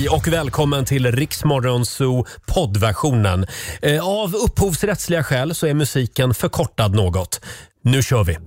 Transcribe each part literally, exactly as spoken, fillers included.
Hej och välkommen till Riksmorgon Zoo poddversionen. Eh, av upphovsrättsliga skäl så är musiken förkortad något. Nu kör vi.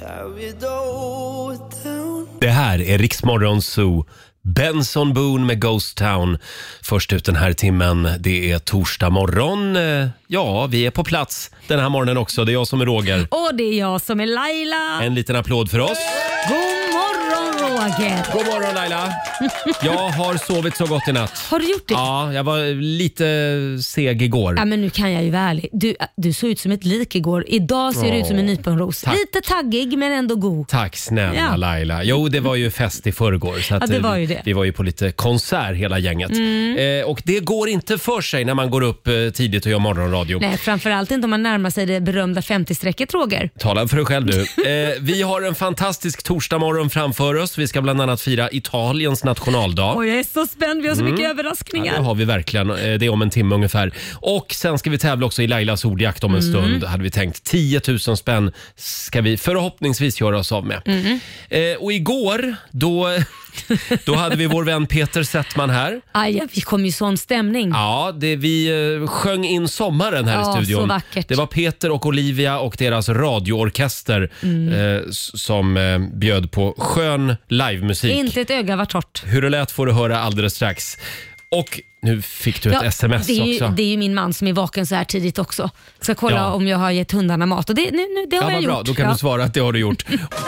Det här är Riksmorgon Zoo. Benson Boone med Ghost Town. Först ut den här timmen, det är torsdag morgon. Ja, vi är på plats den här morgonen också. Det är jag som är Roger. Och det är jag som är Laila. En liten applåd för oss. God morgon Roger. God morgon Laila. Jag har sovit så gott i natt. Har du gjort det? Ja, jag var lite seg igår. Ja, men nu kan jag ju vara ärlig. Du, du såg ut som ett lik igår. Idag ser du Åh, ut som en nyponros. tack. Lite taggig men ändå god. Tack snälla Ja. Laila. Jo, det var ju fest i förrgår. Så att Ja, det var ju vi, det. vi var ju på lite konsert hela gänget. Mm. Eh, och det går inte för sig när man går upp eh, tidigt och gör morgonradio. Nej, framförallt inte om man närmar sig det berömda femtio-strecket, Roger. Tala för dig själv du. Eh, vi har en fantastisk torsdagmorgon framför oss. Vi ska bland annat fira Italiens nationaldag. Och jag är så spänd, vi har så mycket Ja, överraskningar. det har vi verkligen. Eh, Det är om en timme ungefär. Och sen ska vi tävla också i Lailas ordjakt om en Mm. stund. Hade vi tänkt tio tusen spänn ska vi förhoppningsvis göra oss av med. Mm. Eh, och igår då, då hade vi vår vän Peter Settman här. Aj, vi kom ju sån stämning. Ja, det, vi eh, sjöng in sommaren här Ja, i studion. så vackert. Det var Peter och Olivia och deras radioorkester Mm. eh, s- som eh, bjöd på skön livemusik. Inte ett öga var torrt. Hur det lät får du höra alldeles strax. Och nu fick du ett Ja, sms det är, ju, också. det är ju min man som är vaken så här tidigt också. Ska kolla Ja. om jag har gett hundarna mat. Och det, nu, nu, det har Ja, jag vad bra. gjort. Då kan ja. du svara att det har du gjort.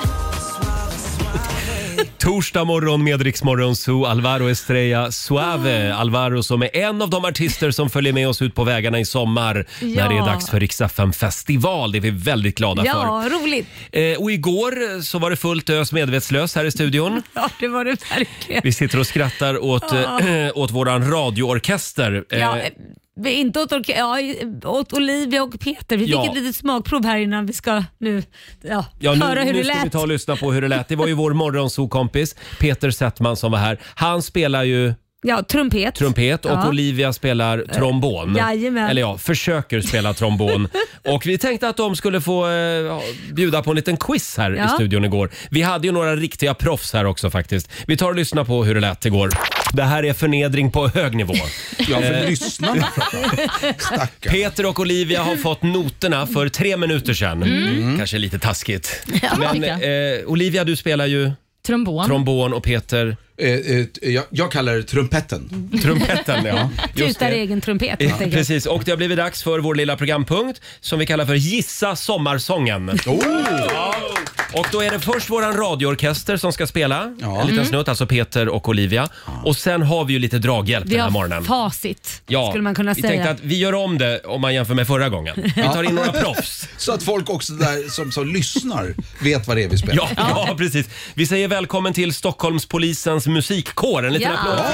Torsdag morgon med Riksmorgon Zoo, Alvaro Estrella Suave. Alvaro som är en av de artister som följer med oss ut på vägarna i sommar när Ja. det är dags för Rix F M festival. Det är vi väldigt glada för. Ja, roligt. Eh, och igår så var det fullt ös medvetslös här i studion. Ja, det var det verkligen. Vi sitter och skrattar åt, Ja. eh, åt våran radioorkester. Eh, Ja, eh, inte åt, orke- ja, åt Olivia och Peter. Vi fick Ja. ett litet smakprov här innan vi ska nu ja, Ja, nu, höra hur nu det ska vi lät. ta och lyssna på hur det lät. Det var ju vår morgonsokompis Peter Settman som var här. Han spelar ju Ja, trumpet. trumpet och Ja. Olivia spelar trombon. Jajamän. Eller ja, försöker spela trombon. Och vi tänkte att de skulle få eh, bjuda på en liten quiz här Ja. i studion igår. Vi hade ju några riktiga proffs här också faktiskt. Vi tar och lyssnar på hur det lät igår. Det här är förnedring på hög nivå. Ja, för Eh, lyssnarna. Stackarn. Peter och Olivia har fått noterna för tre minuter sedan. Mm. Kanske lite taskigt. Ja, Men tycker jag. eh, Olivia, du spelar ju Trombon. trombon och Peter Eh, eh, jag, jag kallar det trumpetten. trumpeten. Ja. Just Tutar det. egen trumpet. Ja, helt enkelt. precis, och det har blivit dags för vår lilla programpunkt som vi kallar för Gissa sommarsången. Oh. Ja. Och då är det först våran radioorkester som ska spela Ja. en liten snutt, alltså Peter och Olivia. Och sen har vi ju lite draghjälp Vi den här har morgonen. facit, Ja, skulle man kunna vi tänkte säga. att vi gör om det om man jämför med förra gången. Vi tar in några proffs. Så att folk också där som, som lyssnar vet vad det är vi spelar. Ja, ja, precis. Vi säger välkommen till Stockholmspolisens musikkår. En liten Ja. applåd.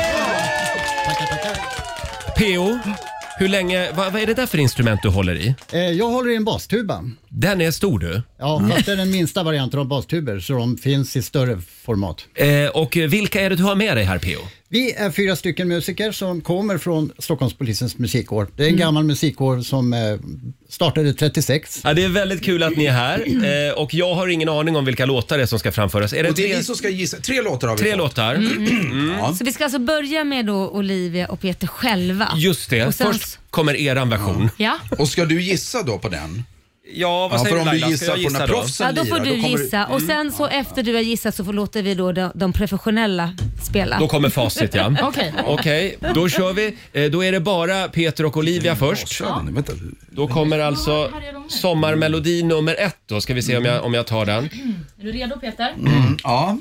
P O, hur länge, vad, vad är det där för instrument du håller i? Eh, Jag håller i en bastuba. Den är stor du. Ja, fast det är den minsta varianten av bastuber, så de finns i större format. Eh, och vilka är det du har med dig här, P O? Vi är fyra stycken musiker som kommer från Stockholmspolisens musikkår. Det är en gammal musikkår som eh, startade trettiosex. Ja, det är väldigt kul att ni är här. Eh, och jag har ingen aning om vilka låtar det är som ska framföras. Är det Och det är tre, ni som ska gissa. Tre låtar har vi tre fått. låtar? Ja. Så vi ska alltså börja med då Olivia och Peter själva. Just det. Och sen- Först kommer eran version. Ja. Och ska du gissa då på den? Ja, vad Ja, säger för du om du Laila? Ska gissar jag på när gissa då? proffsen Ja, då får lirar, du kommer gissa. Och sen så efter du har gissat så får låter vi då de, de professionella spela. Då kommer facit, ja. Okej. Okej, då kör vi. Eh, Då är det bara Peter och Olivia först. Kör den. Vänta. Då kommer alltså sommarmelodi nummer ett då. Ska vi se om jag, om jag tar den. Är du redo Peter? Mm, ja.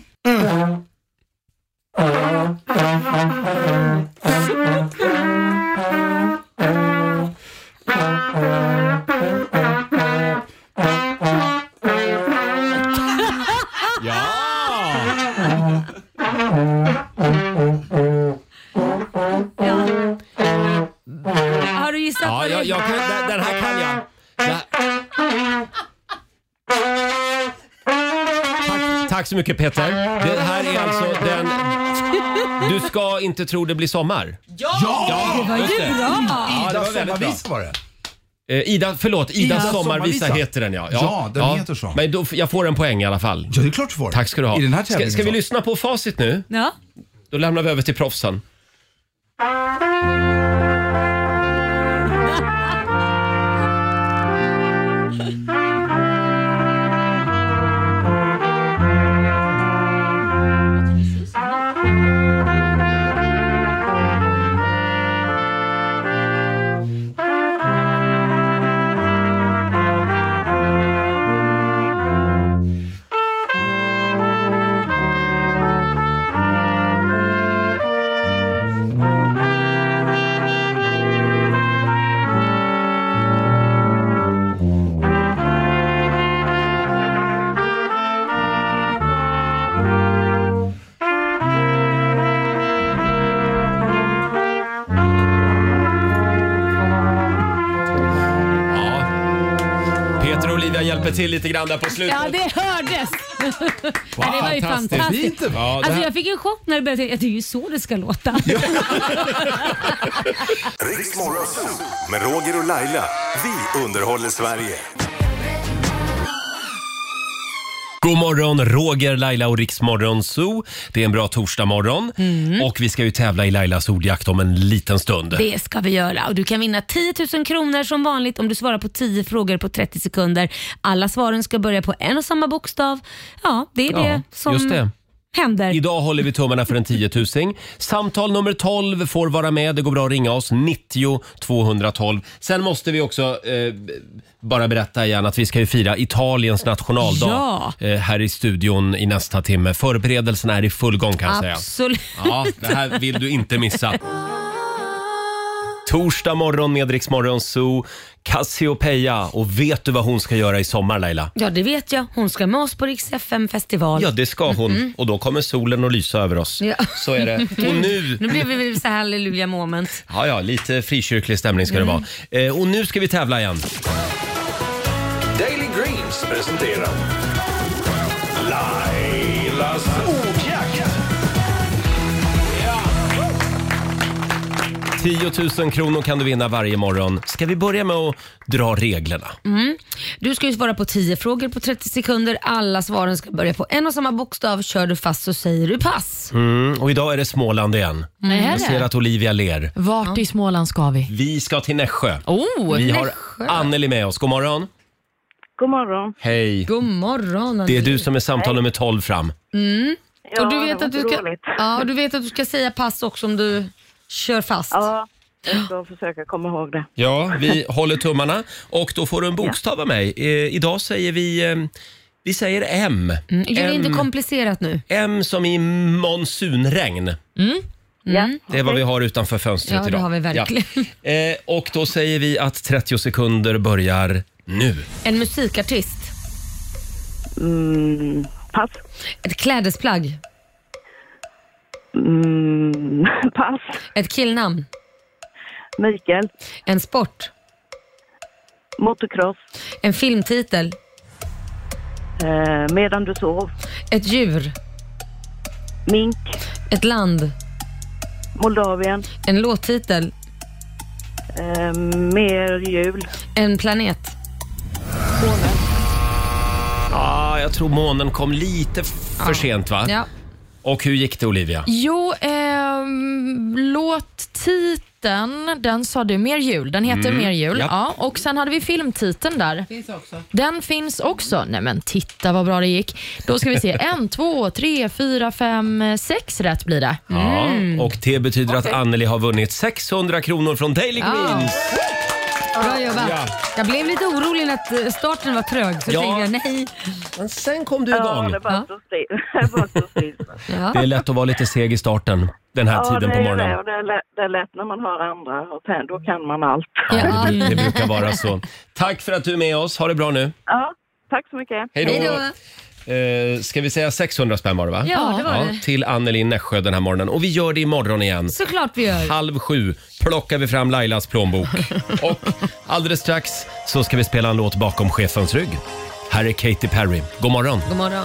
Ja! Har du gissat Ja, vad det jag, jag kan, den, den här kan jag. Det- Tack, tack så mycket Peter. Det här är alltså den... Du ska inte tro det blir sommar. Ja! Det var Just ju det. bra! Ja, det Ida var väldigt bra. sommarvis var det. Eh, Ida, förlåt, Idas Idas sommarvisa sommarvisa. heter den ja. Ja, den heter så. Men då, jag får en poäng i alla fall. Ja, det är klart du får. Tack ska du ha. I den här ska, tävlingen ska vi så. lyssna på facit nu? Ja. Då lämnar vi över till proffsen. Hjälper till lite grann där på slutet. Ja, det hördes. Wow, ja, det var ju fantastiskt. fantastiskt. Ja, alltså, här... jag fick en chock när det började. Ja, det är ju så det ska låta. Riks Morgonzoo med Roger och Laila. Vi underhåller Sverige. God morgon, Roger, Laila och Riks Morgonzoo. Det är en bra torsdagmorgon. Mm. Och vi ska ju tävla i Lailas ordjakt om en liten stund. Det ska vi göra. Och du kan vinna tio tusen kronor som vanligt om du svarar på tio frågor på trettio sekunder. Alla svaren ska börja på en och samma bokstav. Ja, det är ja, det som... Just det. Händer. Idag håller vi tummarna för en tiotusing. Samtal nummer tolv får vara med. Det går bra att ringa oss. nittio tvåhundratolv. Sen måste vi också eh, bara berätta igen att vi ska ju fira Italiens nationaldag ja. eh, här i studion i nästa timme. Förberedelserna är i full gång kan jag säga. Absolut. Ja, det här vill du inte missa. Torsdag morgon med Riks Morgonzoo, Cassiopeia. Och vet du vad hon ska göra i sommar, Laila? Ja, det vet jag. Hon ska med oss på Riks F M-festival. Ja, det ska hon. Mm-hmm. Och då kommer solen att lysa över oss. Ja. Så är det. Och nu... nu blir vi så här halleluja moment. Ja, ja, lite frikyrklig stämning ska mm. det vara. Eh, och nu ska vi tävla igen. Daily Greens presenterar Lailas ordjakt. tio tusen kronor kan du vinna varje morgon. Ska vi börja med att dra reglerna? Mm. Du ska ju svara på tio frågor på trettio sekunder. Alla svaren ska börja på en och samma bokstav. Kör du fast så säger du pass. Mm. Och idag är det Småland igen. Mm. Jag ser att Olivia ler. Vart i Småland ska vi? Vi ska till Nässjö. Oh, vi har Nässjö. Anneli med oss. God morgon. God morgon. Hej. God morgon, det är du som är samtal nummer tolv fram. Mm. Ja, och du vet, att du, ska, roligt. ja, du vet att du ska säga pass också om du kör fast. Ja, jag ska försöka komma ihåg det. Ja, vi håller tummarna. Och då får du en bokstav av mig. Eh, idag säger vi... Eh, vi säger M. Mm. Gör det M, inte komplicerat nu. M som i monsunregn. Mm. Mm. Ja, det är vad vi har utanför fönstret ja, idag. Det har vi verkligen. Ja. Eh, och då säger vi att trettio sekunder börjar nu. En musikartist. Mm, pass. Ett klädesplagg. Mm, pass. Ett killnamn. Mikael. En sport. Motocross. En filmtitel. Eh, medan du sov. Ett djur. Mink. Ett land. Moldavien. En låttitel. Eh, mer jul. En planet. Månen. Ja, jag tror månen kom lite f- för ja. sent va? Ja. Och hur gick det, Olivia? Jo, eh, låttiteln, den sa du Mer jul. Den heter Mm. Mer jul. Ja. Ja. Och sen hade vi filmtiteln där. Finns också. Den finns också. Nej men titta vad bra det gick. Då ska vi se. En, två, tre, fyra, fem, sex rätt blir det. Mm. Ja, och det betyder att Anneli har vunnit sexhundra kronor från Daily Greens. Bra jobbat. Ja. Jag blev lite orolig när starten var trög så Ja. tänkte jag nej. Men sen kom du Ja, igång. det var Ja. så still. Det var så still. Ja. Det är lätt att vara lite seg i starten den här Ja, tiden det på är morgonen. det. Och det är lätt, det är lätt när man har andra och sen då kan man allt. Ja, det, det brukar vara så. Tack för att du är med oss. Ha det bra nu. Ja, tack så mycket. Hej Hej då. då. Eh, ska vi säga sexhundra spänn var det va? Ja, det var det. Till Anneli i Nässjö den här morgonen. Och vi gör det imorgon igen. Såklart vi gör. Halv sju plockar vi fram Lailas plånbok. Och alldeles strax så ska vi spela en låt bakom chefens rygg. Här är Katy Perry. God morgon. God morgon.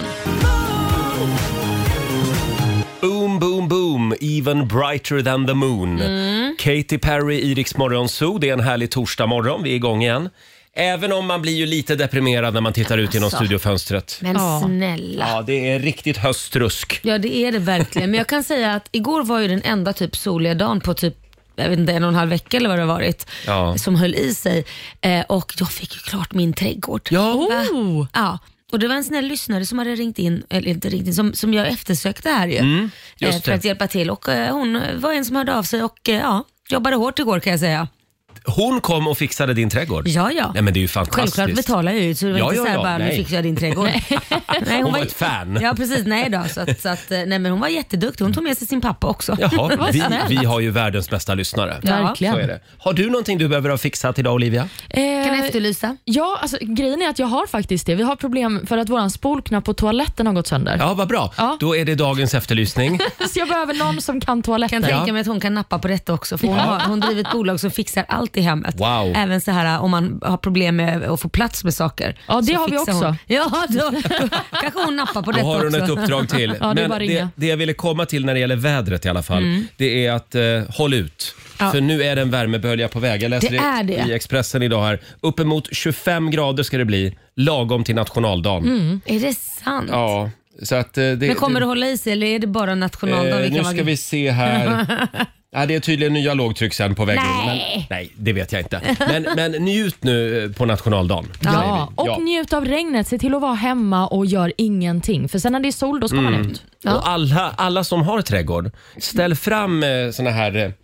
Boom, boom, boom. Even brighter than the moon. Mm. Katy Perry i Riks Morgonzoo. Det är en härlig torsdag morgon. Vi är igång igen. Även om man blir ju lite deprimerad när man tittar ut genom Alltså. studiofönstret. Men Ja. snälla. Ja, det är riktigt höstrusk. Ja, det är det verkligen. Men jag kan säga att igår var ju den enda typ soliga dagen på typ jag vet inte, en och en halv vecka eller vad det har varit, Ja. som höll i sig. Eh, och jag fick ju klart min trädgård. Ja. Oh. Ja. Och det var en snäll lyssnare som hade ringt in, eller inte ringt in, som, som jag eftersökte här ju. Mm, just eh, för det. att hjälpa till. Och eh, hon var en som hörde av sig och eh, ja, jobbade hårt igår kan jag säga. Hon kom och fixade din trädgård. Ja, ja. Nej, men det är ju fantastiskt. Självklart betalar jag ju, så det var Ja, inte ja, så här ja, bara, nu nej. fixar jag din trädgård. Nej, Hon var ett fan. Ja, precis. Nej då. Så att, så att, nej, men hon var jätteduktig. Hon tog med sig sin pappa också. Jaha, Vad vi, snällt. vi har ju världens bästa lyssnare. Ja. Verkligen. Så är det. Har du någonting du behöver ha fixat idag, Olivia? Eh, Kan jag efterlysa? Ja, alltså, grejen är att jag har faktiskt det. Vi har problem för att våran spolknapp på toaletten har gått sönder. Ja, vad bra. Ja. Då är det dagens efterlysning. Så jag behöver någon som kan Kan toaletten. tänka mig att hon kan nappa på detta också. För hon, har, hon driver ett bolag som fixar allt i hemmet. Wow. Även så här om man har problem med att få plats med saker. Ja, det så har vi fixar också. Hon. Ja, då, då kanske hon nappar på Då detta har hon också. ett uppdrag till. Ja, det är Men bara det, ringa. det jag ville komma till när det gäller vädret i alla fall, det är att eh, håll ut. Ja. För nu är det en värmebölja på väg. Jag läser Det är det. i Expressen idag här. Uppemot tjugofem grader ska det bli, lagom till nationaldagen. Är det sant? Ja, så att eh, det... Men kommer det, det hålla i sig eller är det bara nationaldagen? eh, vi kan Nu vara- ska vi se här. Ja, det är tydligen nya lågtryck sen på väg in. Men, Nej. nej, det vet jag inte. Men, men njut nu eh, på nationaldagen. säger Ja, vi. och njut av regnet. Se till att vara hemma och gör ingenting. För sen när det är sol, då ska man ut. Och alla, alla som har trädgård, ställ fram eh, såna här, eh,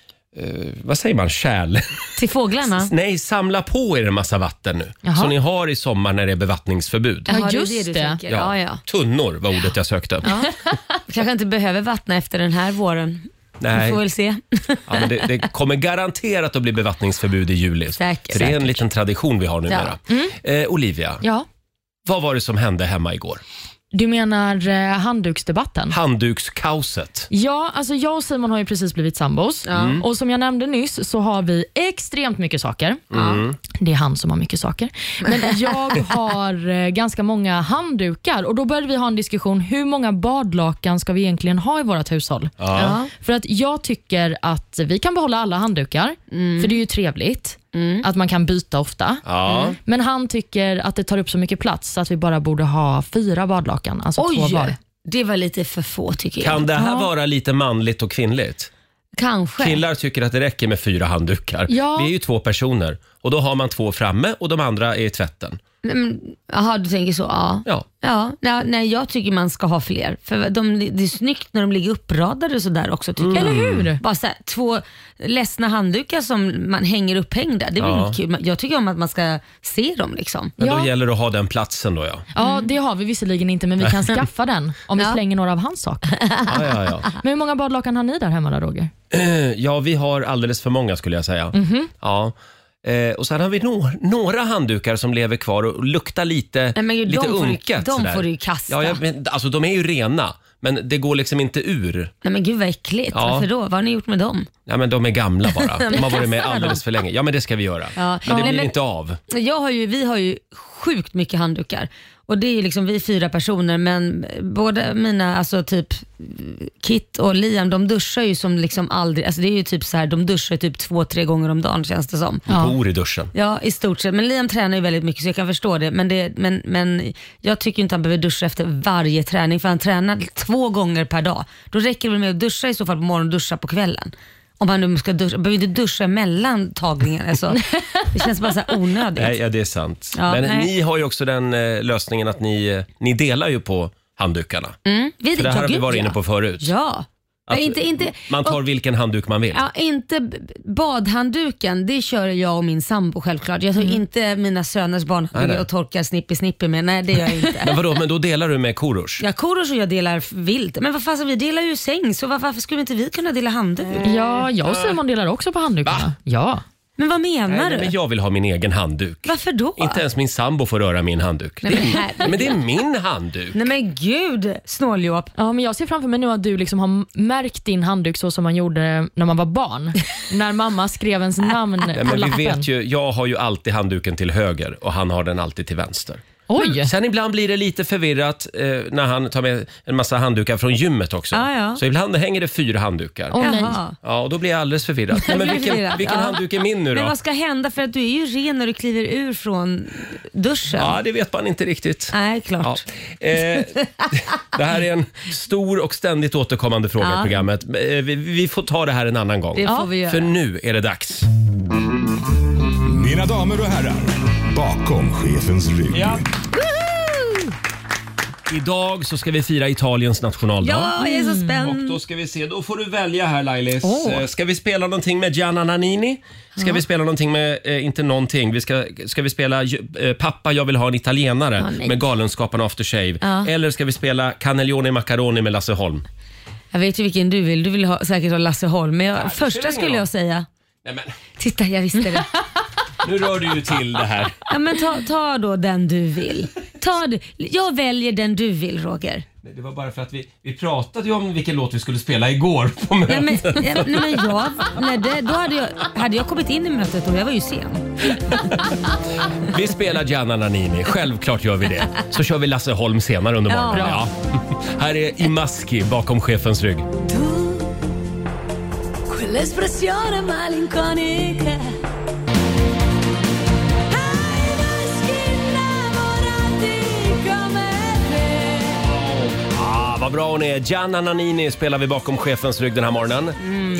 eh, vad säger man, kärl? Till fåglarna? Nej, samla på er en massa vatten nu. Jaha. Så ni har i sommar när det är bevattningsförbud. Jaha, just det. Är det, du det. tänker. Ja. Ja, Tunnor var ordet jag sökte. Vi kanske inte behöver vattna efter den här våren. Nej. Vi får väl se. Ja, men det, det kommer garanterat att bli bevattningsförbud i juli. Säkert. För det är en Säkert. liten tradition vi har numera. Eh, Olivia, Ja. vad var det som hände hemma igår? Du menar eh, handduksdebatten? Handdukskaoset. Ja, alltså jag och Simon har ju precis blivit sambos. Och som jag nämnde nyss så har vi extremt mycket saker. Det är han som har mycket saker. Men jag har eh, ganska många handdukar. Och då började vi ha en diskussion, hur många badlakan ska vi egentligen ha i vårt hushåll? Ja. För att jag tycker att vi kan behålla alla handdukar. För det är ju trevligt att man kan byta ofta. Ja. Men han tycker att det tar upp så mycket plats så att vi bara borde ha fyra badlakan. Alltså två var. Oj, det var lite för få tycker jag. Kan det här vara lite manligt och kvinnligt? Kanske. Killar tycker att det räcker med fyra handdukar. Ja. Vi är ju två personer och då har man två framme och de andra är i tvätten. Men, Jaha, du tänker så. Ja. Ja. Ja, nej, nej, jag tycker man ska ha fler. För de, det är snyggt när de ligger uppradade så där också tycker jag. Eller hur? Bara så här, två ledsna handdukar som man hänger upphängda. Det är väl Ja. inte kul. Jag tycker om att man ska se dem liksom. Men då Ja. gäller det att ha den platsen då ja. Ja, det har vi visserligen inte, men vi kan skaffa den om vi Ja. slänger några av hans saker. Ja, ja, ja. Men hur många badlakan har ni där hemma då, Roger? Eh, ja, vi har alldeles för många skulle jag säga. Ja. Eh, och sen har vi no- några handdukar som lever kvar och luktar lite, Nej, men gud, lite de får du- unket. de sådär. får du ju kasta. Ja, jag, men, alltså de är ju rena, men det går liksom inte ur. Nej men gud vad äckligt. Ja. Varför då? Vad har ni gjort med dem? Ja, men de är gamla bara. De har varit med Kasta alldeles dem. för länge. Ja, men det ska vi göra. Ja. Men det Nej, blir men- inte av. Jag har ju, vi har ju sjukt mycket handdukar. Och det är ju liksom vi är fyra personer, men båda mina, alltså typ Kit och Liam, de duschar ju som liksom aldrig, alltså det är ju typ så här, de duschar typ två, tre gånger om dagen känns det som. Ja. Bor i duschen. Ja, i stort sett. Men Liam tränar ju väldigt mycket så jag kan förstå det. Men, det, men, men jag tycker inte han behöver duscha efter varje träning för han tränar två gånger per dag. Då räcker det väl med att duscha i så fall på morgonen och duscha på kvällen. Om han nu ska duscha, behöver inte duscha mellan tagningarna. Alltså, det känns bara så här onödigt. Nej, ja, det är sant. Ja, men nej. ni har ju också den eh, lösningen att ni, eh, ni delar ju på handdukarna. Mm, vi, För det här ja, har vi gud, varit inne ja. på förut. Ja. Att Nej, inte, inte, man tar och, vilken handduk man vill. ja, inte b- badhandduken, det kör jag och min sambo självklart. Jag tar inte mina söners Nej, barnhanddukar nej. och torkar snippi snippi med. Nej, det gör jag inte. Men vadå, men då delar du med Korosh? Ja, Korosh och jag delar vilt. Men vad fan, vi delar ju säng, så varför, varför skulle inte vi kunna dela handduk? Ja, jag och Simon delar också på handdukarna. Va? Ja. Men vad menar Nej, du? men jag vill ha min egen handduk. Varför då? Inte ens min sambo får röra min handduk. Nej, det, är, men min- herregud. Nej, men det är min handduk. Nej men gud, snåljåp. Ja, men jag ser framför mig nu att du liksom har märkt din handduk så som man gjorde när man var barn. När mamma skrev ens namn Nej, på men lappen. vi vet ju, jag har ju alltid handduken till höger och han har den alltid till vänster. Oj! Sen ibland blir det lite förvirrat eh, när han tar med en massa handdukar från gymmet också. Ah, ja. Så ibland hänger det fyra handdukar. Åh, nej. Jaha. Ja, och då blir jag alldeles förvirrad. Nej, men vilken Förvirrad, vilken ja. handduk är min nu då? Men vad ska hända? För att du är ju ren när du kliver ur från duschen. Ja, det vet man inte riktigt. Nej, Ja. klart. Eh, det här är en stor och ständigt återkommande fråga Ja. i programmet. Eh, vi, vi får ta det här en annan gång. Det får vi göra. För nu är det dags. Mina damer och herrar, bakom chefens rygg. Ja. Idag så ska vi fira Italiens nationaldag. Ja, jag är så Och spänd. då ska vi se, då får du välja här Lailis. Åh. Eh, Ska vi spela någonting med Gianna Nannini? Ska vi spela någonting med, eh, inte någonting, vi ska, ska vi spela eh, Pappa jag vill ha en italienare Ja, nej. med Galenskaparna After Shave? Ja. Eller ska vi spela Cannelloni Macaroni med Lasse Holm? Jag vet ju vilken du vill. Du vill ha, säkert ha Lasse Holm. Men jag, det spelar första ingen skulle roll. jag säga. Nej, men, Titta, jag visste det. nu rör du ju till det här. Ja, men ta, ta då den du vill. Ta, du- jag väljer den du vill, Roger. Nej, det var bara för att vi, vi pratade ju om vilken låt vi skulle spela igår på mötet. Nej, men, ja, nej, men jag, nej, det, då hade jag, hade jag kommit in i mötet och jag var ju sen. Vi spelar Gianna Nannini, självklart gör vi det. Så kör vi Lasse Holm senare under Ja. morgonen. Ja. Här är Imaski bakom chefens rygg. Quell'espressione malinconica. Ai maschi innamorati come te. Ah, vad bra hon är. Gianna Nannini spelar vi bakom chefens rygg den här morgonen.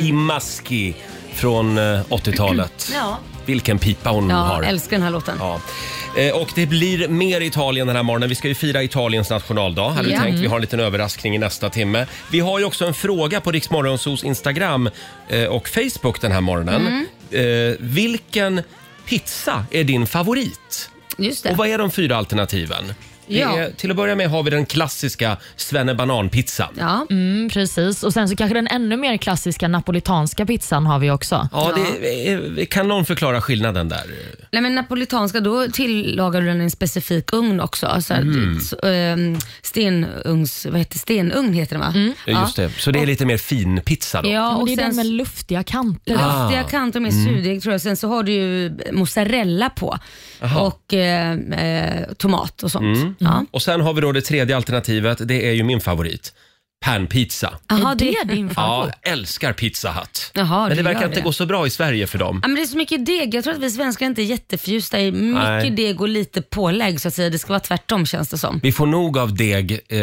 Imaski från eh, åttiotalet. Ja. Vilken pipa hon Ja, har. älskar den här låten. Ja. Eh, Och det blir mer Italien den här morgonen. Vi ska ju fira Italiens nationaldag. Hade vi Ja. tänkt. Vi har en liten överraskning i nästa timme. Vi har ju också en fråga på Rix Morgonzos Instagram eh, och Facebook den här morgonen. Mm. Eh, vilken pizza är din favorit? Just det. Och vad är de fyra alternativen? Det Ja. är, till att börja med har vi den klassiska svennebananpizzan. Ja. Mm, precis. Och sen så kanske den ännu mer klassiska napolitanska pizzan har vi också. Ja, det är, kan någon förklara skillnaden där? Nej, men napolitanska, då tillagar du den i en specifik ugn också. Så, Mm. så, ähm, stenugns, vad heter stenugn heter det va? Ja. Just det. Så det är lite mer fin pizza då? Ja, Och och det är sen den med luftiga kanter. luftiga Ah. kanter med surdeg tror jag. Sen så har du ju mozzarella på och eh, eh, tomat och sånt. Mm. Ja. Och sen har vi då det tredje alternativet. Det är ju min favorit. Panpizza. Aha, Är det din Ja, favorit? jag älskar Pizza Hut. Jaha, Men det du verkar gör inte det. gå så bra i Sverige för dem. Ja, men det är så mycket deg. Jag tror att vi svenskar inte är jätteförtjusta i mycket Nej. deg och lite pålägg så att säga. Det ska vara tvärtom känns det som. Vi får nog av deg eh,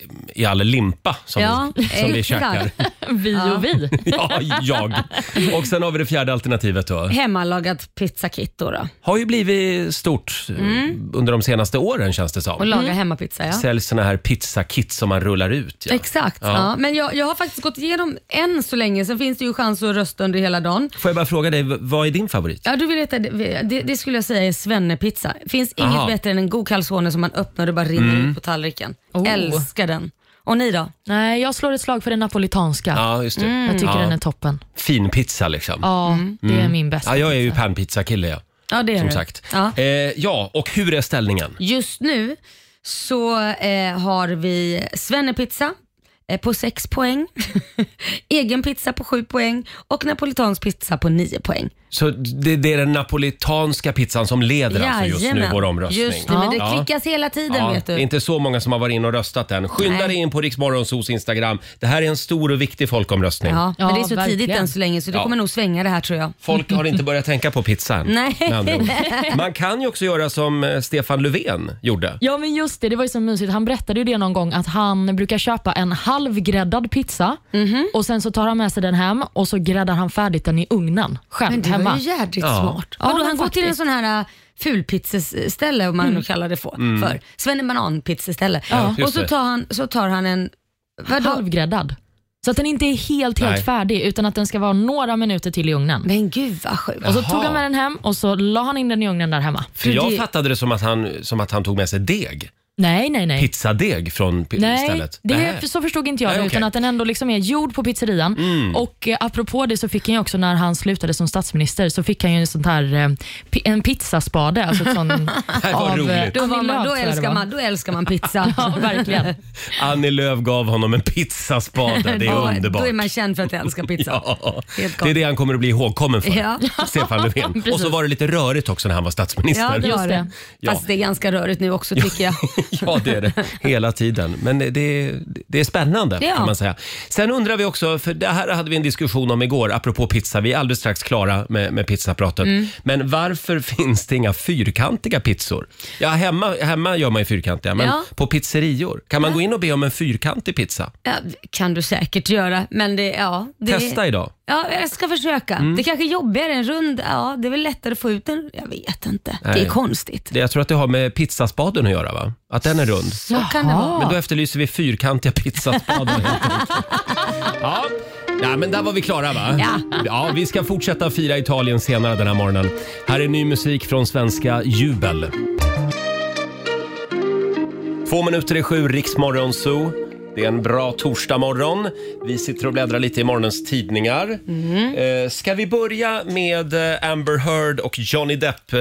i all limpa som, Ja, vi, som vi exakt. käkar. Vi och vi. Ja, jag. Och sen har vi det fjärde alternativet då. Hemmallagat pizzakit då, då. Har ju blivit stort eh, under de senaste åren känns det och som. laga hemmapizza. Ja. Säljs såna här pizzakit som man rullar ut. Ja. Exakt. Ja. Ja. Men jag, jag har faktiskt gått igenom en så länge, sen finns det ju chans att rösta under hela dagen. Får jag bara fråga dig, v- vad är din favorit? Ja, du vill veta, det, det, det skulle jag säga är svennepizza. Finns inget Aha. bättre än en god calzone som man öppnar och bara rinner ut på tallriken. Oh. Älskar den. Och ni då? Nej, jag slår ett slag för den napolitanska. Ja, just det. Jag tycker Ja. den är toppen. Fin pizza liksom. Ja, det är min bästa Ja, jag är ju pizza. panpizzakille ja. Ja, det är Som du. sagt. Ja. Eh, ja, och hur är ställningen? Just nu så eh, har vi svennepizza eh, på sex poäng, egen pizza på sju poäng och napolitansk pizza på nio poäng. Så det, det är den napolitanska pizzan som leder alltså just nu Jajamän. vår omröstning. Just det, men det Ja. klickas hela tiden Ja, vet det är du. inte så många som har varit in och röstat än. Skynda Nej. dig in på Rix Morgonzos Instagram. Det här är en stor och viktig folkomröstning. Ja, men Ja, det är så tidigt verkligen. än så länge så det Ja. kommer nog svänga det här tror jag. Folk har inte börjat tänka på pizza än. Nej. med andra ord. Man kan ju också göra som eh, Stefan Löfven gjorde. Ja men just det, det var ju så mysigt. Han berättade ju det någon gång att han brukar köpa en halvgräddad pizza Mhm. och sen så tar han med sig den hem och så gräddar han färdigt den i ugnen själv Men det hemma. var ju jädrigt Ja. smart. Ja, Vadå, men han går till en faktiskt. sån här uh, fulpizzeställe om man nu kallar det för. Mm. för. Svennebananpizzeställe. Ja, just och så det. tar, han, så tar han en... Vadå? Halvgräddad. Så att den inte är helt, helt Nej. färdig utan att den ska vara några minuter till i ugnen. Men gud vad sjukt. Och så Jaha. tog han med den hem och så la han in den i ugnen där hemma. För jag det- fattade det som att, han, som att han tog med sig deg. Nej, nej, nej. pizzadeg från pi- Nej, stället? det Nej. så förstod inte jag Nej, det, okej. utan att den ändå liksom är gjord på pizzerian. Mm. Och eh, apropå det så fick han ju också, när han slutade som statsminister, så fick han ju en sån här eh, pi- en pizzaspade. Alltså ett sån här var av, roligt. eh, Då, var man, Lööf, då, tror jag det älskar var. man, då älskar man pizza. Ja, verkligen. Annie Lööf gav honom en pizzaspade. Det är Då- underbart. Då är man känd för att älska pizza. Ja, Helt det är det han kommer att bli ihågkommen för. Ja. Stefan Löfven. Och så Precis. var det lite rörigt också när han var statsminister. Ja, det Just var det. det. Ja. Fast det är ganska rörigt nu också tycker jag. Ja, det är det. Hela tiden. Men det, det, det är spännande Ja. kan man säga. Sen undrar vi också, för det här hade vi en diskussion om igår, apropå pizza. Vi är alldeles strax klara med, med pizzapratet. Mm. Men varför finns det inga fyrkantiga pizzor? Ja, hemma, hemma gör man ju fyrkantiga, men Ja. på pizzerior, kan man gå in och be om en fyrkantig pizza? Ja, kan du säkert göra, men det, ja. Det, Testa idag. Ja, jag ska försöka. Mm. Det kanske är jobbigare, en rund, ja det är väl lättare att få ut den. Jag vet inte. Nej. Det är konstigt. Det, jag tror att det har med pizzaspaden att göra, va? Att den är rund. Så kan det vara. Men då efterlyser vi fyrkantiga pizzaspadar helt enkelt. Ja. Nej, men där var vi klara, va? Ja. Ja, vi ska fortsätta fira Italien senare den här morgonen. Här är ny musik från svenska Jubel. Två minuter i sju, Riksmorgon Zoo. Det är en bra torsdagmorgon. Vi sitter och bläddrar lite i morgonens tidningar. Mm. Eh, ska vi börja med eh, Amber Heard och Johnny Depp eh,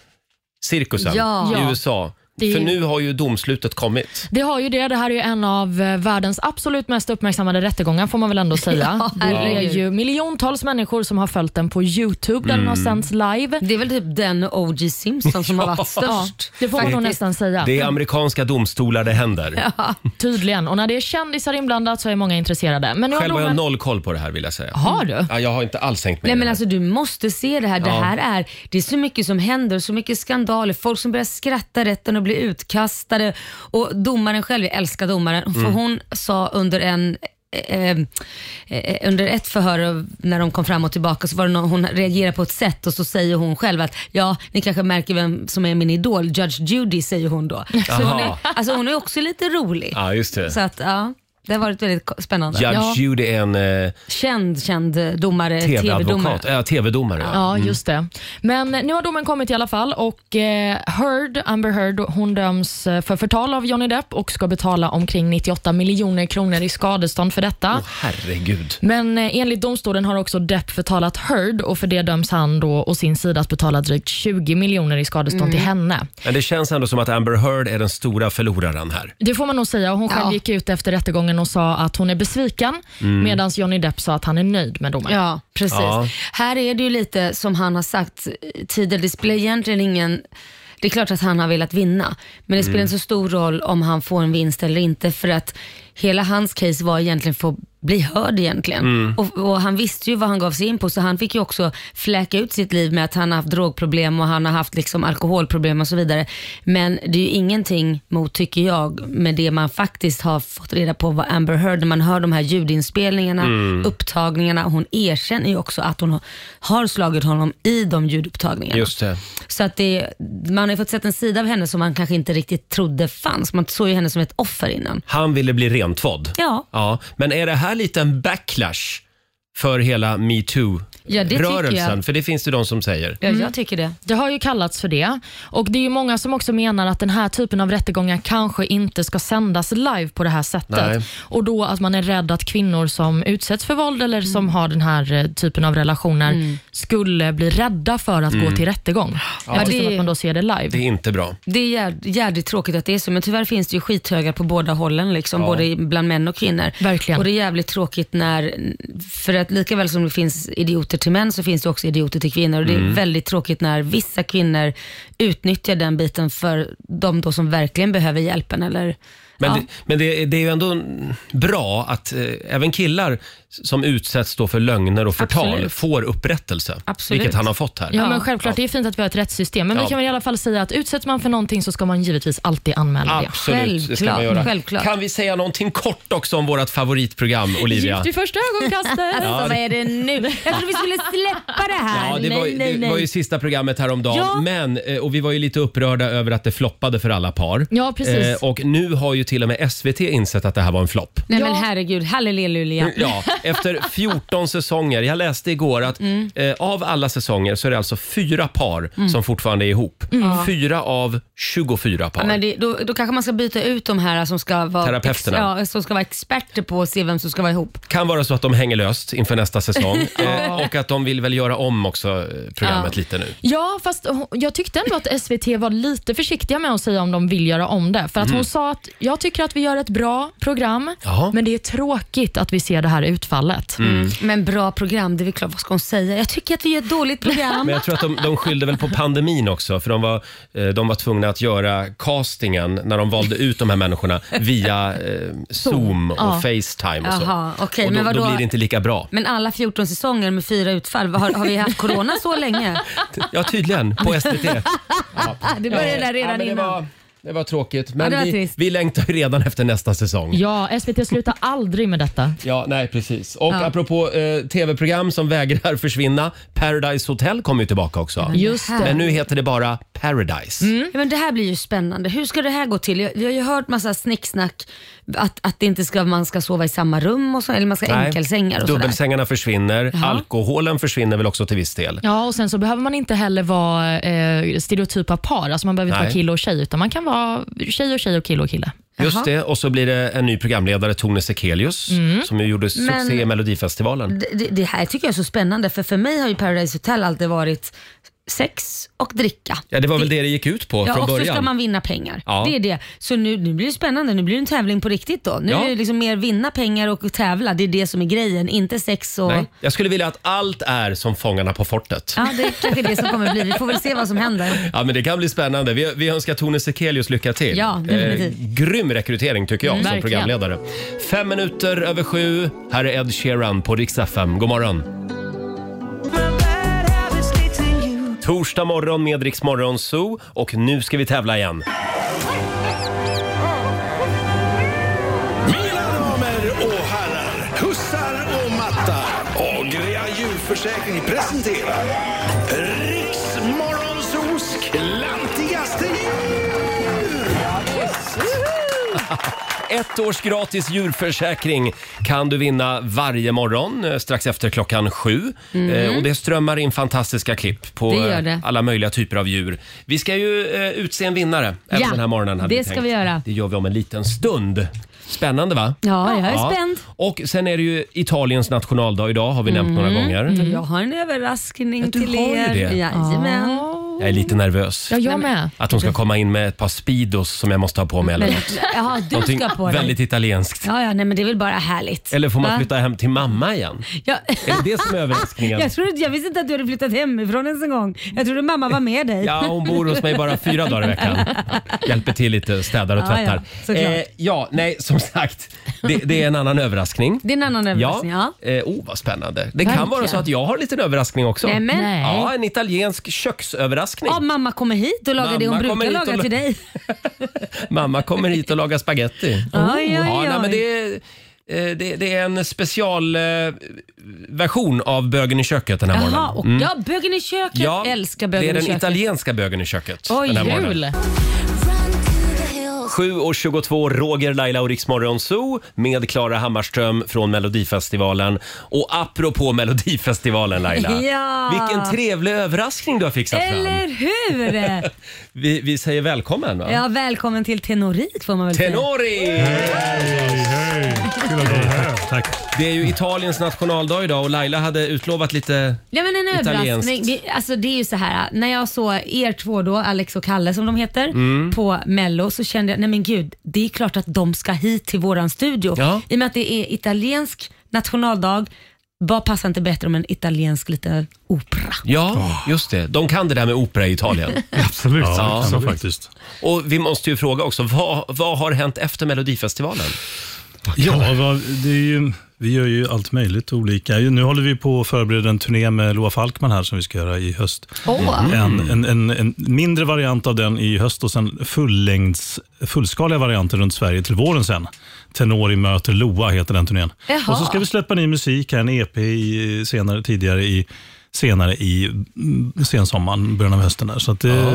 cirkusen Ja. i Ja. U S A? Det- För nu har ju domslutet kommit. Det har ju det. Det här är ju en av eh, världens absolut mest uppmärksammade rättegångar, får man väl ändå säga. Ja, det är herregud. ju miljontals människor som har följt den på YouTube, där den har Mm. sänts live. Det är väl typ den och O J Simpson som har varit Ja, störst. det får man nog faktiskt. nästan säga. Det är amerikanska domstolar det händer. Tydligen. Och när det är kändisar inblandat så är många intresserade. Men nu har Själv har jag domen... noll koll på det här, vill jag säga. Har du? Ja, jag har inte alls tänkt mig Nej det men här. alltså du måste se det här. Det Ja. här är, det är så mycket som händer, så mycket skandaler, folk som börjar skratta rätten och blir utkastade. Och domaren själv, jag älskar domaren, för Mm. hon sa under en Eh, eh, under ett förhör när de kom fram och tillbaka så var det någon, hon reagerar på ett sätt och så säger hon själv att ja, ni kanske märker vem som är min idol, Judge Judy, säger hon då. Så hon, är, alltså hon är också lite rolig. Ja, just det. Så att ja, det har varit väldigt spännande. Judge Ja. Judy är en eh, Känd, känd domare, tv-domare. tv-advokat. Ja, tv-domare. Ja. Ja, just det. Men nu har domen kommit i alla fall och eh, Heard, Amber Heard, hon döms eh, för förtal av Johnny Depp och ska betala omkring nittioåtta miljoner kronor i skadestånd för detta. Åh, herregud. Men eh, enligt domstolen har också Depp förtalat Heard och för det döms han då å sin sida att betala drygt tjugo miljoner i skadestånd till henne. Men det känns ändå som att Amber Heard är den stora förloraren här. Det får man nog säga. Hon själv Ja. gick ut efter rättegången och sa att hon är besviken medan Johnny Depp sa att han är nöjd med domen. Ja, precis. Ja. Här är det ju lite som han har sagt tidigare, det spelar egentligen ingen... Det är klart att han har velat vinna, men det spelar inte så stor roll om han får en vinst eller inte, för att hela hans case var egentligen för att bli hörd egentligen. Och, och han visste ju vad han gav sig in på, så han fick ju också fläka ut sitt liv med att han har haft drogproblem och han har haft liksom alkoholproblem och så vidare. Men det är ju ingenting mot, tycker jag, med det man faktiskt har fått reda på vad Amber Heard, när man hör de här ljudinspelningarna, upptagningarna. Hon erkänner ju också att hon har slagit honom i de ljudupptagningarna. Just det. Så att det, man har ju fått sett en sida av henne som man kanske inte riktigt trodde fanns. Man såg ju henne som ett offer innan. Han ville bli rentvådd. Ja. Ja. Men är det här lite en backlash för hela Ja, det tycker MeToo-rörelsen? jag. För det finns det de som säger. Ja, jag tycker det. Det har ju kallats för det. Och det är ju många som också menar att den här typen av rättegångar kanske inte ska sändas live på det här sättet. Nej. Och då att man är rädd att kvinnor som utsätts för våld eller som har den här eh, typen av relationer skulle bli rädda för att gå till rättegång. Ja, det- att man då ser det live. Det är inte bra. Det är jär, jävligt tråkigt att det är så, men tyvärr finns det ju skithögar på båda hållen, liksom, både bland män och kvinnor. Verkligen. Och det är jävligt tråkigt när, för att lika väl som det finns idioter till män så finns det också idioter till kvinnor. Och det är väldigt tråkigt när vissa kvinnor utnyttjar den biten för de då som verkligen behöver hjälpen. Eller, Men, ja. det, men det, det är ju ändå bra att eh, även killar som utsätts då för lögner och förtal Absolut. får upprättelse. Absolut. Vilket han har fått här. Ja, Ja. men självklart, det är fint att vi har ett rättssystem. Men Ja. vi kan väl i alla fall säga att utsätts man för någonting så ska man givetvis alltid anmäla det. Absolut, det ska man Självklart, göra. självklart. Kan vi säga någonting kort också om vårt favoritprogram, Olivia? Gift vid första ögonkastet. Alltså, vad är det nu? Jag trodde vi skulle släppa det här. Ja, det, var, nej, nej, det nej. var ju sista programmet häromdagen. Ja. Men, eh, och vi var ju lite upprörda över att det floppade för alla par. Ja, precis. och nu har ju till och med S V T insett att det här var en flopp. Nej Ja. men herregud, halleluja. Ja, efter fjorton säsonger. Jag läste igår att Mm. eh, av alla säsonger så är det alltså fyra par Mm. som fortfarande är ihop. Fyra av tjugofyra par. Ja, men det, då, då kanske man ska byta ut de här som ska vara, Terapeuterna. Ex, ja, som ska vara experter på att se vem som ska vara ihop. Kan vara så att de hänger löst inför nästa säsong. eh, och att de vill väl göra om också eh, programmet Ja. lite nu. Ja, fast hon- jag tyckte ändå att S V T var lite försiktiga med att säga om de vill göra om det. För att hon sa att jag tycker att vi gör ett bra program, Jaha. men det är tråkigt att vi ser det här utfallet. Mm. Men bra program, det är väl klart, vad ska hon säga? Jag tycker att vi gör ett dåligt program. Men jag tror att de, de skyllde väl på pandemin också. För de var, eh, de var tvungna att göra castingen när de valde ut de här människorna via eh, Zoom och Ja. Facetime och så. Jaha, okej, och då, men vadå? då blir det inte lika bra. Men alla fjorton säsonger med fyra utfall, har, har vi haft corona så länge? Ja, tydligen. På S V T. Det började där Ja, redan men det innan. var, det var tråkigt. Ja, Men det var vi, trist. vi längtar ju redan efter nästa säsong. Ja, S V T slutar aldrig med detta. Ja, nej precis. Och Ja. apropå eh, tv-program som vägrar försvinna. Paradise Hotel kommer ju tillbaka också. Just det. Men nu heter det bara Paradise. Ja, men det här blir ju spännande. Hur ska det här gå till? Jag, jag har ju hört massa snicksnack att, att det inte ska, man ska sova i samma rum och så, eller man ska ha enkelsängar och sådär. Dubbelsängarna försvinner. Jaha. Alkoholen försvinner väl också till viss del. Ja, och sen så behöver man inte heller vara eh, stereotypa par. Alltså man behöver inte Nej. vara kille och tjej, utan man kan vara tjej och tjej och kille och kille. Just Jaha. det, och så blir det en ny programledare, Tone Sekelius, som ju gjorde succé Men- i Melodifestivalen. Det, det, det här tycker jag är så spännande, för för mig har ju Paradise Hotel alltid varit sex och dricka. Ja, det var väl det det gick ut på Ja, från och så början. ska man vinna pengar. Ja. Det är det. Så nu, nu blir det spännande. Nu blir det en tävling på riktigt då. Nu Ja. är det liksom mer vinna pengar och tävla. Det är det som är grejen, inte sex och... Nej, jag skulle vilja att allt är som Fångarna på fortet. Ja, det är kanske det som kommer bli. Vi får väl se vad som händer. Ja, men det kan bli spännande. Vi, vi önskar Tone Sekelius lycka till. Ja, definitivt. grym rekrytering tycker jag som verkligen. programledare. Fem minuter över sju. Här är Ed Sheeran på Rix F M. God morgon. Torsdag morgon med Rix Morgon Zoo och nu ska vi tävla igen. Mina damer och herrar, hussar och mattar. Agria djurförsäkring presenterar Rix Morgonzoos klantigaste djur. Ett års gratis djurförsäkring kan du vinna varje morgon eh, strax efter klockan sju. Eh, och det strömmar in fantastiska klipp på Det gör det. eh, alla möjliga typer av djur. Vi ska ju eh, utse en vinnare även Ja, den här morgonen. hade det vi ska tänkt. vi göra. Det gör vi om en liten stund. Spännande va? Ja, jag är spänd. Och sen är det ju Italiens nationaldag idag, har vi nämnt några gånger. Jag har en överraskning Ja, du till har ju er. det. Jajamän. Jag är lite nervös. Ja, jag med. Att hon ska komma in med ett par Speedos som jag måste ha på mig eller Men, något. jaha, du Någonting ska på dig. väldigt italienskt. Ja, ja, nej, men det är väl bara härligt. Eller får man Va? flytta hem till mamma igen? Ja. Är det det som är överraskningen? Jag, trodde, jag visste inte att du hade flyttat hemifrån ens en gång. Jag trodde mamma var med dig. Ja, hon bor hos mig bara fyra dagar i veckan. Hjälper till lite, städar och Ja, tvättar. ja, såklart. ja, nej, som sagt. Det, det är en annan överraskning. Det är en annan överraskning, ja. Eh, oh, vad spännande. Det kan Verkligen. vara så att jag har en liten överraskning också. Nej, men, Nej. Ja, en italiensk köksöverraskning. ja, mamma kommer hit och lagar det hon Mamma kommer brukar hit och laga la- till dig. Mamma kommer hit och lagar spaghetti. Oj, oj, Ja, oj. nej, men det är, eh, det, det är en specialversion eh, version av Bögen i köket den här Jaha, och, morgonen. ja, bögen i köket. Älskar bögen det är i den köket. italienska Bögen i köket. Oj, den här morgonen. Kul! sju och tjugotvå, Roger, Laila och Rix Morgon Zoo med Klara Hammarström från Melodifestivalen. Och apropå Melodifestivalen, Laila. Ja. Vilken trevlig överraskning du har fixat fram. Eller hur? Vi, vi säger välkommen va? Ja, välkommen till Tenorit får man väl säga. Tenori! Kul att vara här. Tack. Det är ju Italiens nationaldag idag och Laila hade utlovat lite Ja, men en italienskt. överraskning. Det, alltså, det är ju så här, när jag såg er två då, Alex och Kalle som de heter, Mm. på Mello, så kände jag, nej men gud, det är klart att de ska hit till våran studio. Ja. I och med att det är italiensk nationaldag, vad passar inte bättre om en italiensk lite opera? Ja, just det. De kan det där med opera i Italien. Absolut, Ja. så faktiskt. Och vi måste ju fråga också, vad, vad har hänt efter Melodifestivalen? Ja, vad, det är ju, vi gör ju allt möjligt olika. Nu håller vi på att förbereda en turné med Loa Falkman här som vi ska göra i höst. Åh. En, en, en, en mindre variant av den i höst och sen fullängds, fullskaliga varianter runt Sverige till våren sen. Tenori möter Loa heter den turnén. Jaha. Och så ska vi släppa ny musik här, en E P i, senare tidigare i senare i mm, sensommaren, början av hösten där. Så att det, Ja.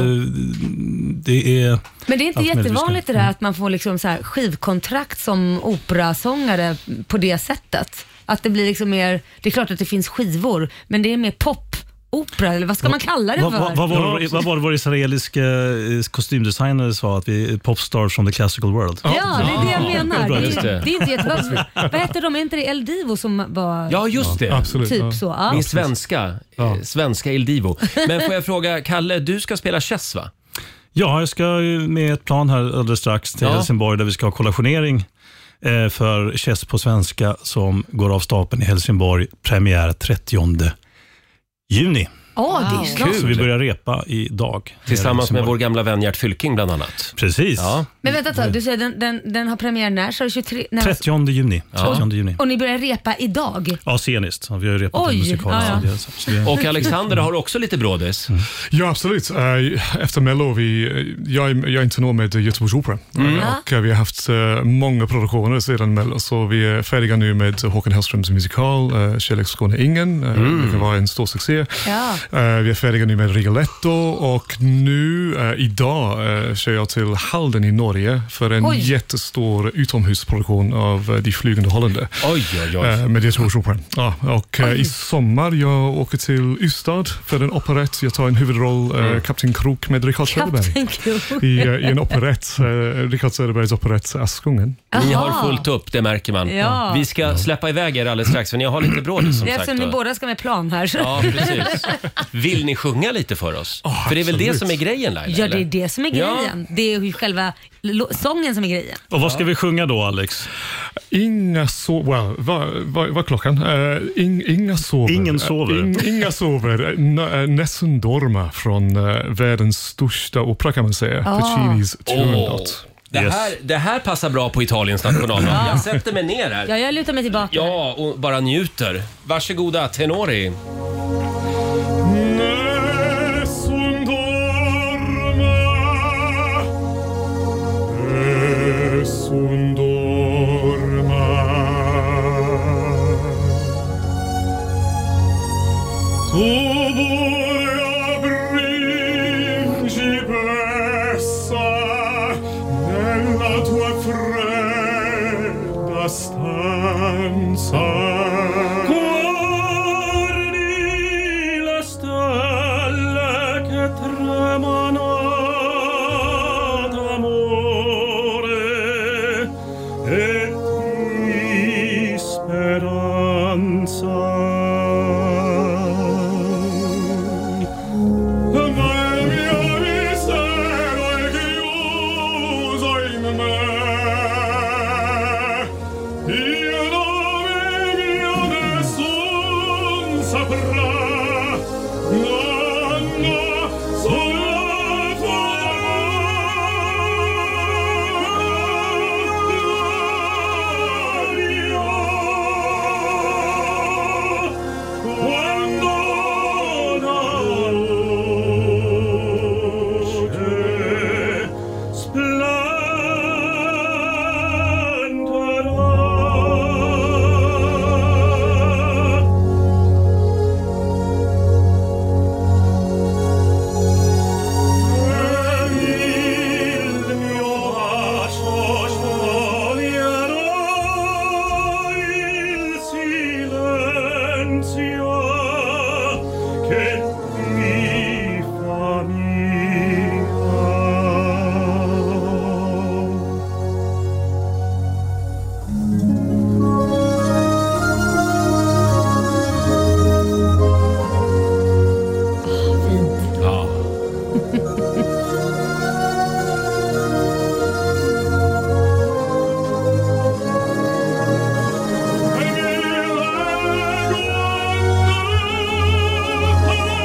det är... Men det är inte allt möjligt vi ska- jättevanligt det där att man får liksom så här skivkontrakt som operasångare på det sättet. Att det blir liksom mer, det är klart att det finns skivor, men det är mer popopera, eller vad ska man kalla det för? Vad, vad, vad, var, det- vad var det vår israeliska eh, kostymdesigner sa? Att vi är popstars from the classical world. Ja, det är det jag menar. bra, Det just är, det. det är inte jättebra. Vad heter de? Är inte det El Divo som var Ja, just det. Absolut. typ ja. så? Ja. Min svenska, eh, svenska Il Divo. Men får jag fråga, Kalle, du ska spela chess, va? Ja, jag ska med ett plan här alldeles strax till Ja. Helsingborg där vi ska ha kollationering eh, för Chess på svenska som går av stapeln i Helsingborg. Premiär trettionde juni. Åh, det är snart. Så vi börjar repa idag. Tillsammans med vår Helsingborg. gamla vän Gert Fylking bland annat. Precis. Ja. Men vänta ett tag, du säger den, den, den har premiär när? Så är det tjugotre? När? trettionde juni. trettionde juni. Och ni börjar repa idag? Ja, sceniskt. Vi har ju repat Oj, en musikal. ja, ja. tidigare, så det- Och Alexander har också lite brådis. Ja, absolut. Eh, Efter Mello, vi, jag, är, jag är en tenor med Göteborgs Opera. Eh, Och eh, vi har haft eh, många produktioner sedan Mello, så vi är färdiga nu med Håkan Hellströms musikal, uh, Kärleksskåne ingen. Uh, Det kan vara en stor succé. Ja. Eh, vi är färdiga nu med Rigoletto och nu eh, idag eh, kör jag till Halden i Norge för en Oj. jättestor utomhusproduktion av uh, De flygande Hollander. Oj, oj, oj. Eh, med Göteborgs Opera. Ja, och eh, i sommar jag åker till Ystad för en operett. Jag tar en huvudroll, eh, Kapten Krok med Richard Söderberg. Kapten Krok. I, eh, I en operett, eh, Richard Söderbergs operett Askungen. Ni Aha. har fullt upp, det märker man. Ja. Vi ska släppa iväg er alldeles strax, för ni har lite brådis som Det är sagt. eftersom ni va? båda ska med plan här. Så. Ja, precis. Vill ni sjunga lite för oss? För det är väl det absolut. som är grejen, Laila? Ja, det är eller? det som är Ja. grejen. Det är ju själva lo- sången som är grejen. Och vad ska vi sjunga då, Alex? Inga sover, well, vad vad- vad är klockan? Eh, ing, inga sover. Ingen sover. Eh, ing, inga sover. N- eh, Nessun Dorma från eh, världens största opera kan man säga. Puccinis Åh, Turandot. det, Yes. här, det här passar bra på Italiens nationaldag. Jag sätter mig ner här. Ja, jag lutar mig tillbaka. Ja, och bara njuter. Varsågoda, tenori. Nessun dorma, nessun dorma. Tu buona principessa, nella tua fredda stanza. Guardi le stelle che tremano d'amore e di speranza. Ma il mio mistero è chiuso in me. Io nome mio nessun saprà. No, no, solo tua gloria. Quando la luce splenderà. Il mio bacio scioglierà il silenzio che mi fa mia. Ja. E mi leggo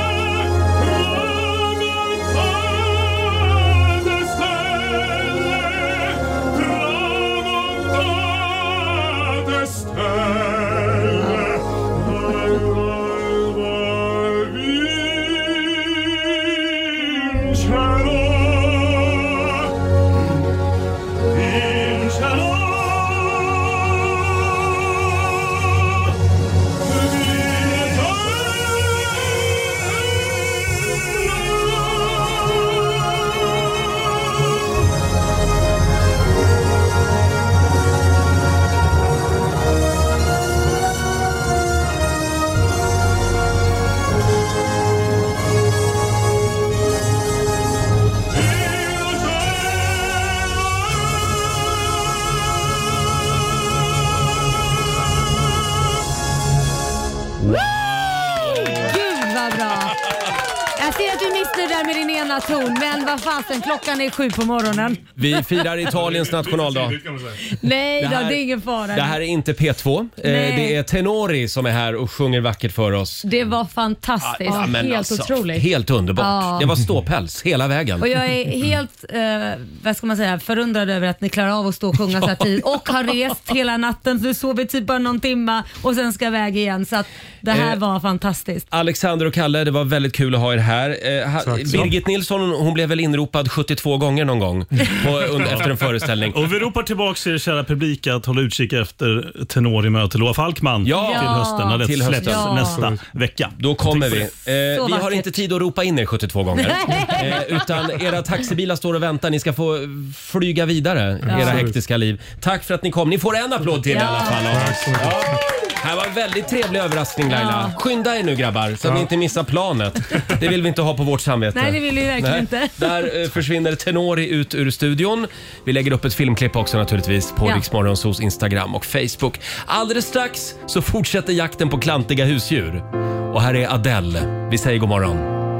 att du är missnöjd där med din ena ton, men vad fasen, klockan är sju på morgonen. Vi firar Italiens nationaldag. Nej då, Det här- det är ingen fara. Det här är inte P två. Eh, Nej. det är Tenori som är här och sjunger vackert för oss. Det var fantastiskt. Ja, men helt alltså, otroligt. Helt underbart. Ja. Det var ståpäls hela vägen. Och jag är helt, eh, vad ska man säga, förundrad över att ni klarar av att stå och sjunga så här tid och har rest hela natten, så du sover typ bara någon timma och sen ska iväg igen. Så att det här Eh, var fantastiskt. Alexander och Kalle, det var väldigt kul att ha er här. Eh, ha, Birgit Nilsson, hon blev väl inropad sjuttiotvå gånger någon gång på, under, efter en föreställning. Och vi ropar tillbaka er kära publik att hålla utkik efter Tenori möter Loa Falkman Ja. till hösten när det Till släpps hösten. Ja. nästa vecka. Då kommer vi. Eh, vi har vackert. inte tid att ropa in er sjuttiotvå gånger. Eh, utan era taxibilar står och väntar. Ni ska få flyga vidare i era hektiska liv. Tack för att ni kom. Ni får en applåd till i alla fall. Ja. Här var en väldigt trevlig överraskning, Laila. Skynda er nu, grabbar, så att ni inte missar planet. Det vill vi inte ha på vårt samvete. Nej, det vill vi verkligen Nej. inte. Där eh, försvinner Tenori ut ur studion. Vi lägger upp ett filmklipp också naturligtvis på Ja. Rix Morgonzos Instagram och Facebook. Alldeles strax så fortsätter jakten på klantiga husdjur. Och här är Adele. Vi säger god morgon.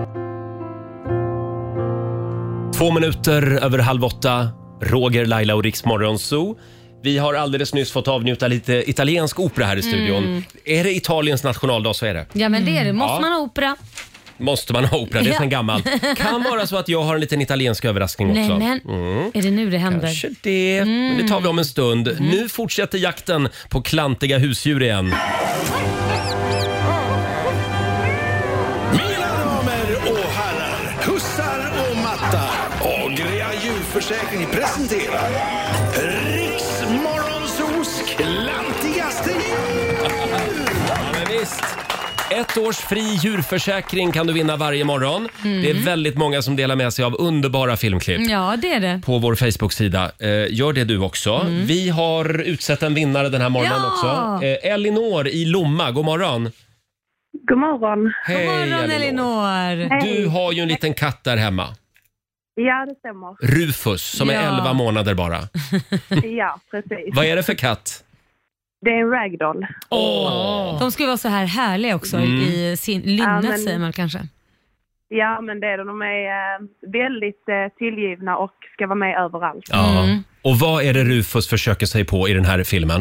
Två minuter över halv åtta. Roger, Laila och Rix Morgonzo. Vi har alldeles nyss fått avnjuta lite italiensk opera här i studion. Mm. Är det Italiens nationaldag så är det. Ja, men det är det. Måste Ja. man ha opera? Måste man ha opera, det är Ja. sen gammalt. Kan vara så att jag har en liten italiensk överraskning Nej, också. men Mm. är det nu det händer? Kanske det, men det tar vi om en stund. Mm. Nu fortsätter jakten på klantiga husdjur igen. Mina damer och herrar, hussar och mattar. Agria djurförsäkring presenterar Rix Morgonzos klantigaste djur. Ja, men visst. Ett års fri djurförsäkring kan du vinna varje morgon. Det är väldigt många som delar med sig av underbara filmklipp. Ja, det är det. På vår Facebook-sida. Eh, gör det du också. Vi har utsett en vinnare den här morgonen Ja. också. Eh, Elinor i Lomma, god morgon. God morgon. Hej God morgon, Elinor. Du har ju en liten katt där hemma. Ja, det stämmer. Rufus, som är Ja. elva månader bara. Ja, precis. Vad är det för katt? Det är en ragdoll. Åh! De ska ju vara så här härliga också Mm. i sin lynne, Ja, men- säger man kanske. Ja, men det är de. De är eh, väldigt eh, tillgivna och ska vara med överallt. Ja. Mm. Och vad är det Rufus försöker sig på i den här filmen?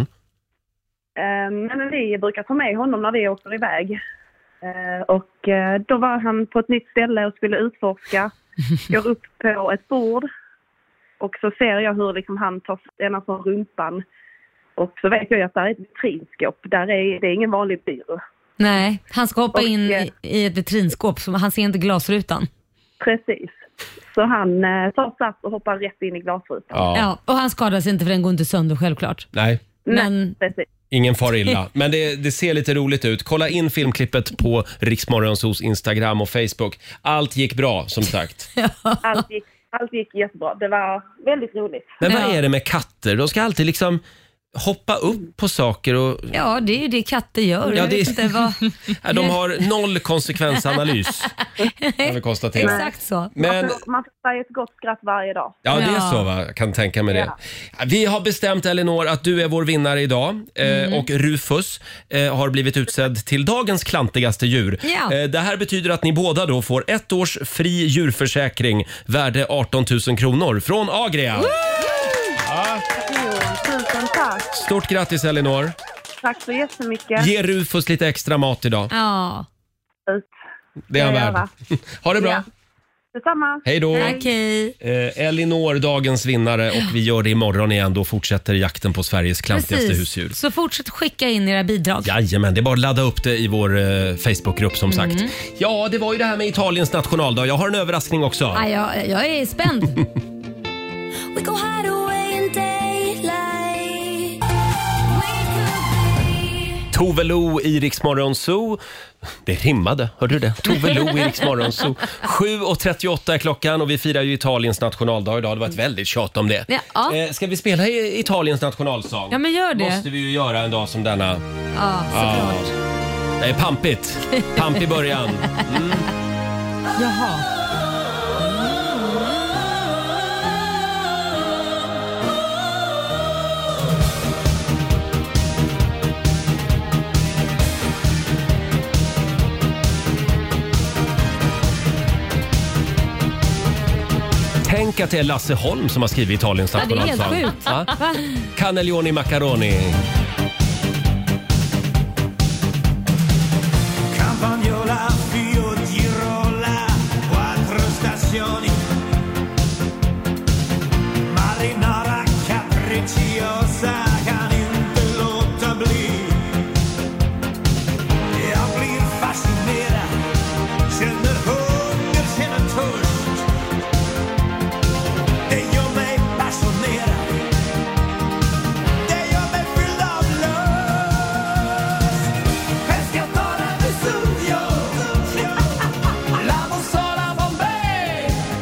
Eh, men vi brukar ta med honom när vi åker iväg. Eh, och eh, då var han på ett nytt ställe och skulle utforska. Går upp på ett bord. Och så ser jag hur liksom han tar ena från rumpan. Och så vet jag att det är ett vitrinskåp. Där är, det är ingen vanlig byrå. Nej, han ska hoppa Och, in eh, i, i ett vitrinskåp, så han ser inte glasrutan. Precis. Så han eh, tar sats och hoppar rätt in i glasrutan. Ja. Ja, och han skadar sig inte för den går inte sönder självklart. Nej, Men Precis. ingen far illa. Men det, det ser lite roligt ut. Kolla in filmklippet på Riksmorgonsos Instagram och Facebook. Allt gick bra, som sagt. Allt gick, allt gick jättebra. Det var väldigt roligt. Men vad Ja. är det med katter? De ska alltid liksom hoppa upp på saker och... ja, det är ju det katter gör. Ja, Jag det- vet inte vad... Ja, de har noll konsekvensanalys. Kan vi konstatera. Exakt så. Men, Man får, man får säga ett gott skratt varje dag. ja, det är Ja. så va? Jag kan tänka mig det. Ja. Vi har bestämt, Elinor, att du är vår vinnare idag. Mm. Eh, och Rufus eh, har blivit utsedd till dagens klantigaste djur. Ja. Eh, det här betyder att ni båda då får ett års fri djurförsäkring värde arton tusen kronor från Agria. Ja. Tusen tack. Stort grattis, Elinor. Tack så jättemycket. Ge Rufus lite extra mat idag. Ja, Ut. Det är han Det gör värd. Ha det bra. Ja. Detsamma. Hej då. okej. Eh, Elinor, dagens vinnare, och vi gör det imorgon igen. Då fortsätter jakten på Sveriges klantigaste husdjur. Så fortsätt skicka in era bidrag. Jajamän, det är bara att ladda upp det i vår eh, Facebookgrupp som sagt. Ja, det var ju det här med Italiens nationaldag. Jag har en överraskning också. Ja, jag, jag är spänd. We go hide away in daylight. Tove Lo i Rix Morgon Zoo. Det rimmade, hörde du det? Tove Lo i Rix Morgon Zoo. sju och trettioåtta är klockan och vi firar ju Italiens nationaldag idag. Det var ett väldigt tjat om det. Ja. Eh, ska vi spela i Italiens nationalsång? Ja, men gör det. Måste vi ju göra en dag som denna. Ja, såklart. Det är pampigt. Pamp i början. Mm. Jaha. Tänk att det är Lasse Holm som har skrivit Italiens Ja, det är helt nationalsång. sjukt. Ja. Va? Cannelloni Macaroni. Campagnola, Fio Girola, quattro stazioni. Marinara capricciosa, kan inte låta bli. Jag blir fascinerad, känner hunger, känner törst. Det gör mig passionerad, det gör mig fylld av lust. Pescatore Vesuvio, l'amo sola Bombay.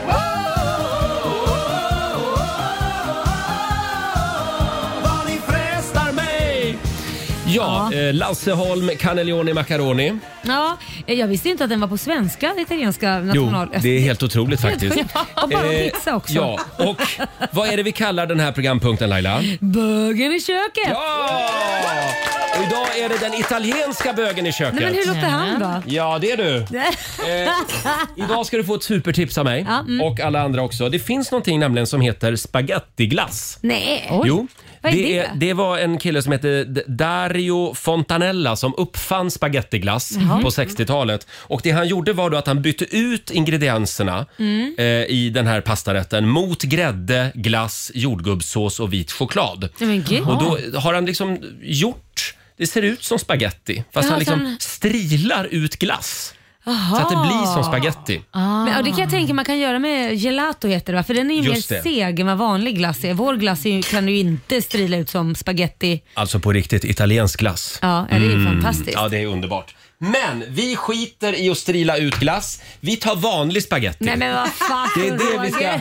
Vad ni frestar mig. Ja, eh, Lasse Holm, Cannelloni Macaroni. Ja, jag visste inte att den var på svenska, det italienska national... Jo, det är helt otroligt faktiskt. Och bara Eh, pizza också. Ja, och vad är det vi kallar den här programpunkten, Laila? Bögen i köket! Ja! Och idag är det den italienska bögen i köket. Nej, men hur låter han då? Ja, det är du. Eh, idag ska du få ett supertips av mig Ja, mm. och alla andra också. Det finns någonting nämligen som heter spagettiglass. Nej. Jo. Vad är Det, det? är, det var en kille som hette D- Dario Fontanella som uppfann spagettiglass Jaha. på sextiotalet. Och det han gjorde var då att han bytte ut ingredienserna Mm. eh, i den här pastarätten mot grädde, glass, jordgubbssås och vit choklad. Nej, men gud. Och då har han liksom gjort, det ser ut som spaghetti fast Jaha, han liksom så han- strilar ut glass. Aha. Så att det blir som spaghetti. Men, ja, det kan jag tänka man kan göra med gelato heter det va? För den är ju Just mer det. seg än vad vanlig glass är. Vår glass är ju, kan ju inte strila ut som spaghetti. Alltså på riktigt italiensk glass. Ja, det är ju fantastiskt. Ja, det är underbart. Men vi skiter i att strila ut glass. Vi tar vanlig spaghetti. Nej men vad fan Det är det vi ska- Roger.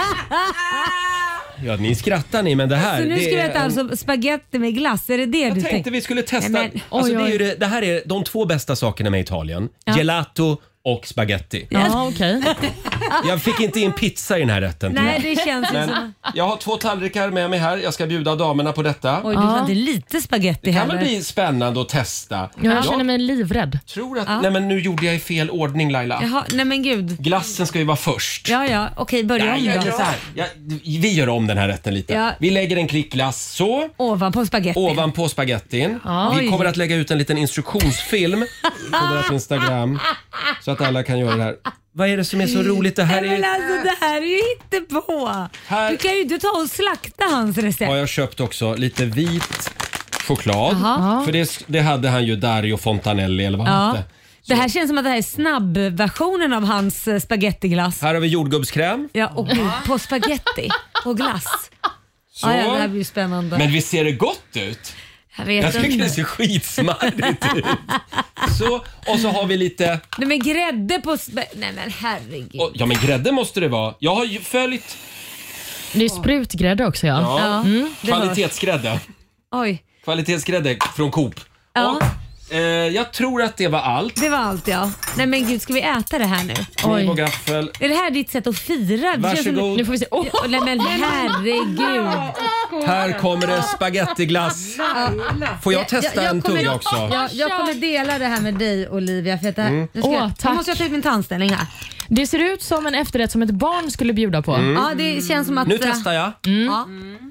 Ja, ni skrattar ni, men det här... Så nu det ska vi är äta en- alltså spaghetti med glass, är det det Jag du tänkte tänkte? vi skulle testa. Nej, men, alltså, oj, det, är ju oj. det, det här är de två bästa sakerna med Italien. Ja. Gelato och spaghetti. Ja, okej. Jag fick inte in pizza i den här rätten. Nej det känns ju Men som... jag har två tallrikar med mig här. Jag ska bjuda damerna på detta. Oj, du hade lite spaghetti Det här. kan väl nu. bli spännande att testa. Jag känner mig livrädd. tror att... Ja. Nej, men nu gjorde jag i fel ordning, Laila. Jaha, nej men gud. Glassen ska ju vara först. Ja ja, okej börja Ja, om jag då. gör så här. Ja, vi gör om den här rätten lite. Ja. Vi lägger en klick glass så. Ovanpå spaghetti. Ovanpå spagettin. Vi Oj. kommer att lägga ut en liten instruktionsfilm på vårt Instagram så att alla kan göra det här. Vad är det som är så roligt? Det här Nej, men är, alltså det här är ju hittepå. Här- Du kan ju inte ta och slakta hans recept. har jag köpt också lite vit choklad. Jaha. För det, det hade han ju, Dario Fontanelli eller vad han Ja. hette. Det här känns som att det här är snabbversionen av hans eh, spagettiglass. Här har vi jordgubbskräm. Ja, och gud, på spaghetti och glass. Så. Ja, ja, det här blir ju spännande. Men vi ser det gott ut? jag vet Jag tycker inte. det ser skitsmarrigt ut. Så, och så har vi lite... Nej men grädde på... Sp- Nej men herregud. och- Ja, men grädde måste det vara. Jag har ju följt... Det är sprutgrädde också ja. Ja, Ja, Mm. det hörs. kvalitetsgrädde. Oj. Kvalitetsgrädde från Coop. Ja. Och, eh, jag tror att det var allt. Det var allt ja. Nej men gud, ska vi äta det här nu? Kniv och gaffel. Är det här ditt sätt att fira? Det känns som- Varsågod. Nu får vi se. Oh. Ja, nej men herregud. Här kommer det spagettiglass. Får jag testa en kommer, tugga också? Jag, jag kommer dela det här med dig Olivia. För att det här, Mm. nu, ska, Åh, jag- nu tack. måste jag ta ut min tandställning här. Det ser ut som en efterrätt som ett barn skulle bjuda på. Mm. Ja, det känns som att... Nu testar jag. Ja.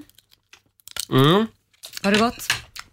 Mm. Var det gott?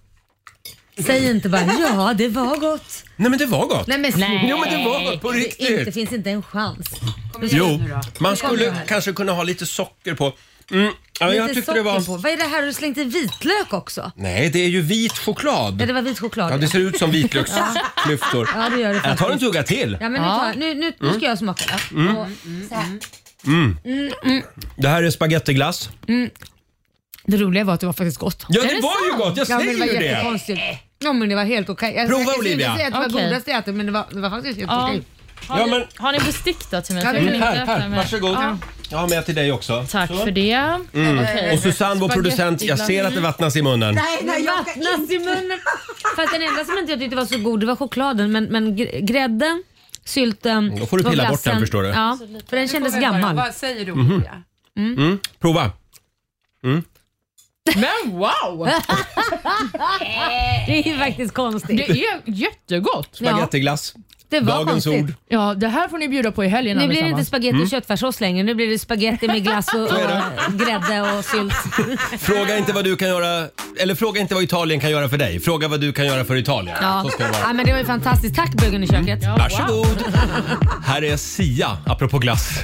Säg inte bara ja, det var gott. Nej, men det var gott. Nej men Nej. Jo, men det var gott på Det, riktigt. inte, finns inte en chans. Jo, man Kom nu skulle här. kanske kunna ha lite socker på. Mm. Ja, Lite jag tyckte det socker var... på. Vad är det här? Har du slängt i vitlök också? Nej, det är ju vit choklad. Ja, det var vit choklad. Ja, det ser ut som vitlöksklyftor. Ja, det gör det Jag tar en faktiskt. tugga till. Ja, men nu, tar, nu, nu, nu ska jag smaka då. Och, så här. Mm. Mm, mm. Det här är spagettiglass. Det roliga var att det var faktiskt gott. Ja, det var ju gott. Jag Ja, men säger det var ju det. jättekonstigt. Ja, men det var helt okej. Jag, Prova, jag, jag, Olivia. Jag ska inte säga att det var Okej. godaste jag ätit, men det var, det var faktiskt helt Ja. okej. Har, Ja, ni, men- har ni bestick då till mig? Ja, Så jag det- kan inte Här, öppna här. mig. Varsågod. Ja. Jag har med till dig också. Tack Så. för det. Mm. Okej. Och Susanne, vår producent, jag ser att det vattnas i munnen. Nej, nej, vattnas i munnen. Fast den enda som inte jag tyckte var så god, det var chokladen. Men, men gr- grädden, sylten Då får du och pilla bort glassen. den, förstår du. Ja, för den kändes gammal. Vad säger du Mhm. Olivia? Mm. Prova. Mm. Men wow! Det är ju faktiskt konstigt. Det är jättegott. Spagettiglass. Det var Dagens konstigt. ord. Ja, det här får ni bjuda på i helgen. Nu blir det allesammans. inte spaghetti och köttfärssås längre. Nu blir det spaghetti med glass och, och grädde och sylt. Fråga inte vad du kan göra, eller fråga inte vad Italien kan göra för dig. Fråga vad du kan göra för Italien. Ja. Så ska det vara. Ja, men det var ju fantastiskt. Tack Bögen i köket. Ja, Varsågod. Här är Sia, apropå glass.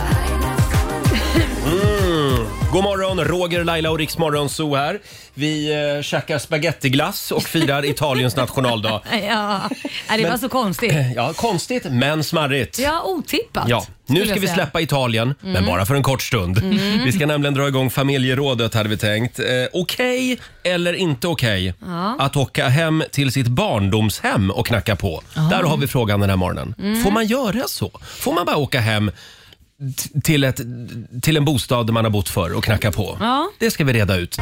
Mm. God morgon, Roger, Laila och Riksmorgon Zoo här. Vi eh, käkar spagettiglass och firar Italiens nationaldag. Ja, ja, det var Men- så konstigt. Ja, konstigt men smarrigt. Ja, otippat. Ja, nu skulle ska jag vi säga. släppa Italien, men bara för en kort stund. Vi ska nämligen dra igång familjerådet hade vi tänkt. Eh, okej eller inte okej Ja. att åka hem till sitt barndomshem och knacka på? Där har vi frågan den här morgonen. Får man göra så? Får man bara åka hem t- till, ett, till en bostad där man har bott förr och knacka på? Ja. Det ska vi reda ut.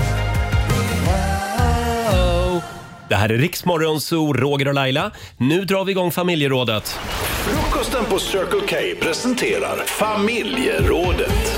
Det här är Riksmorgon Zoo, Roger och Laila. Nu drar vi igång familjerådet. Frukosten på Circle K presenterar familjerådet.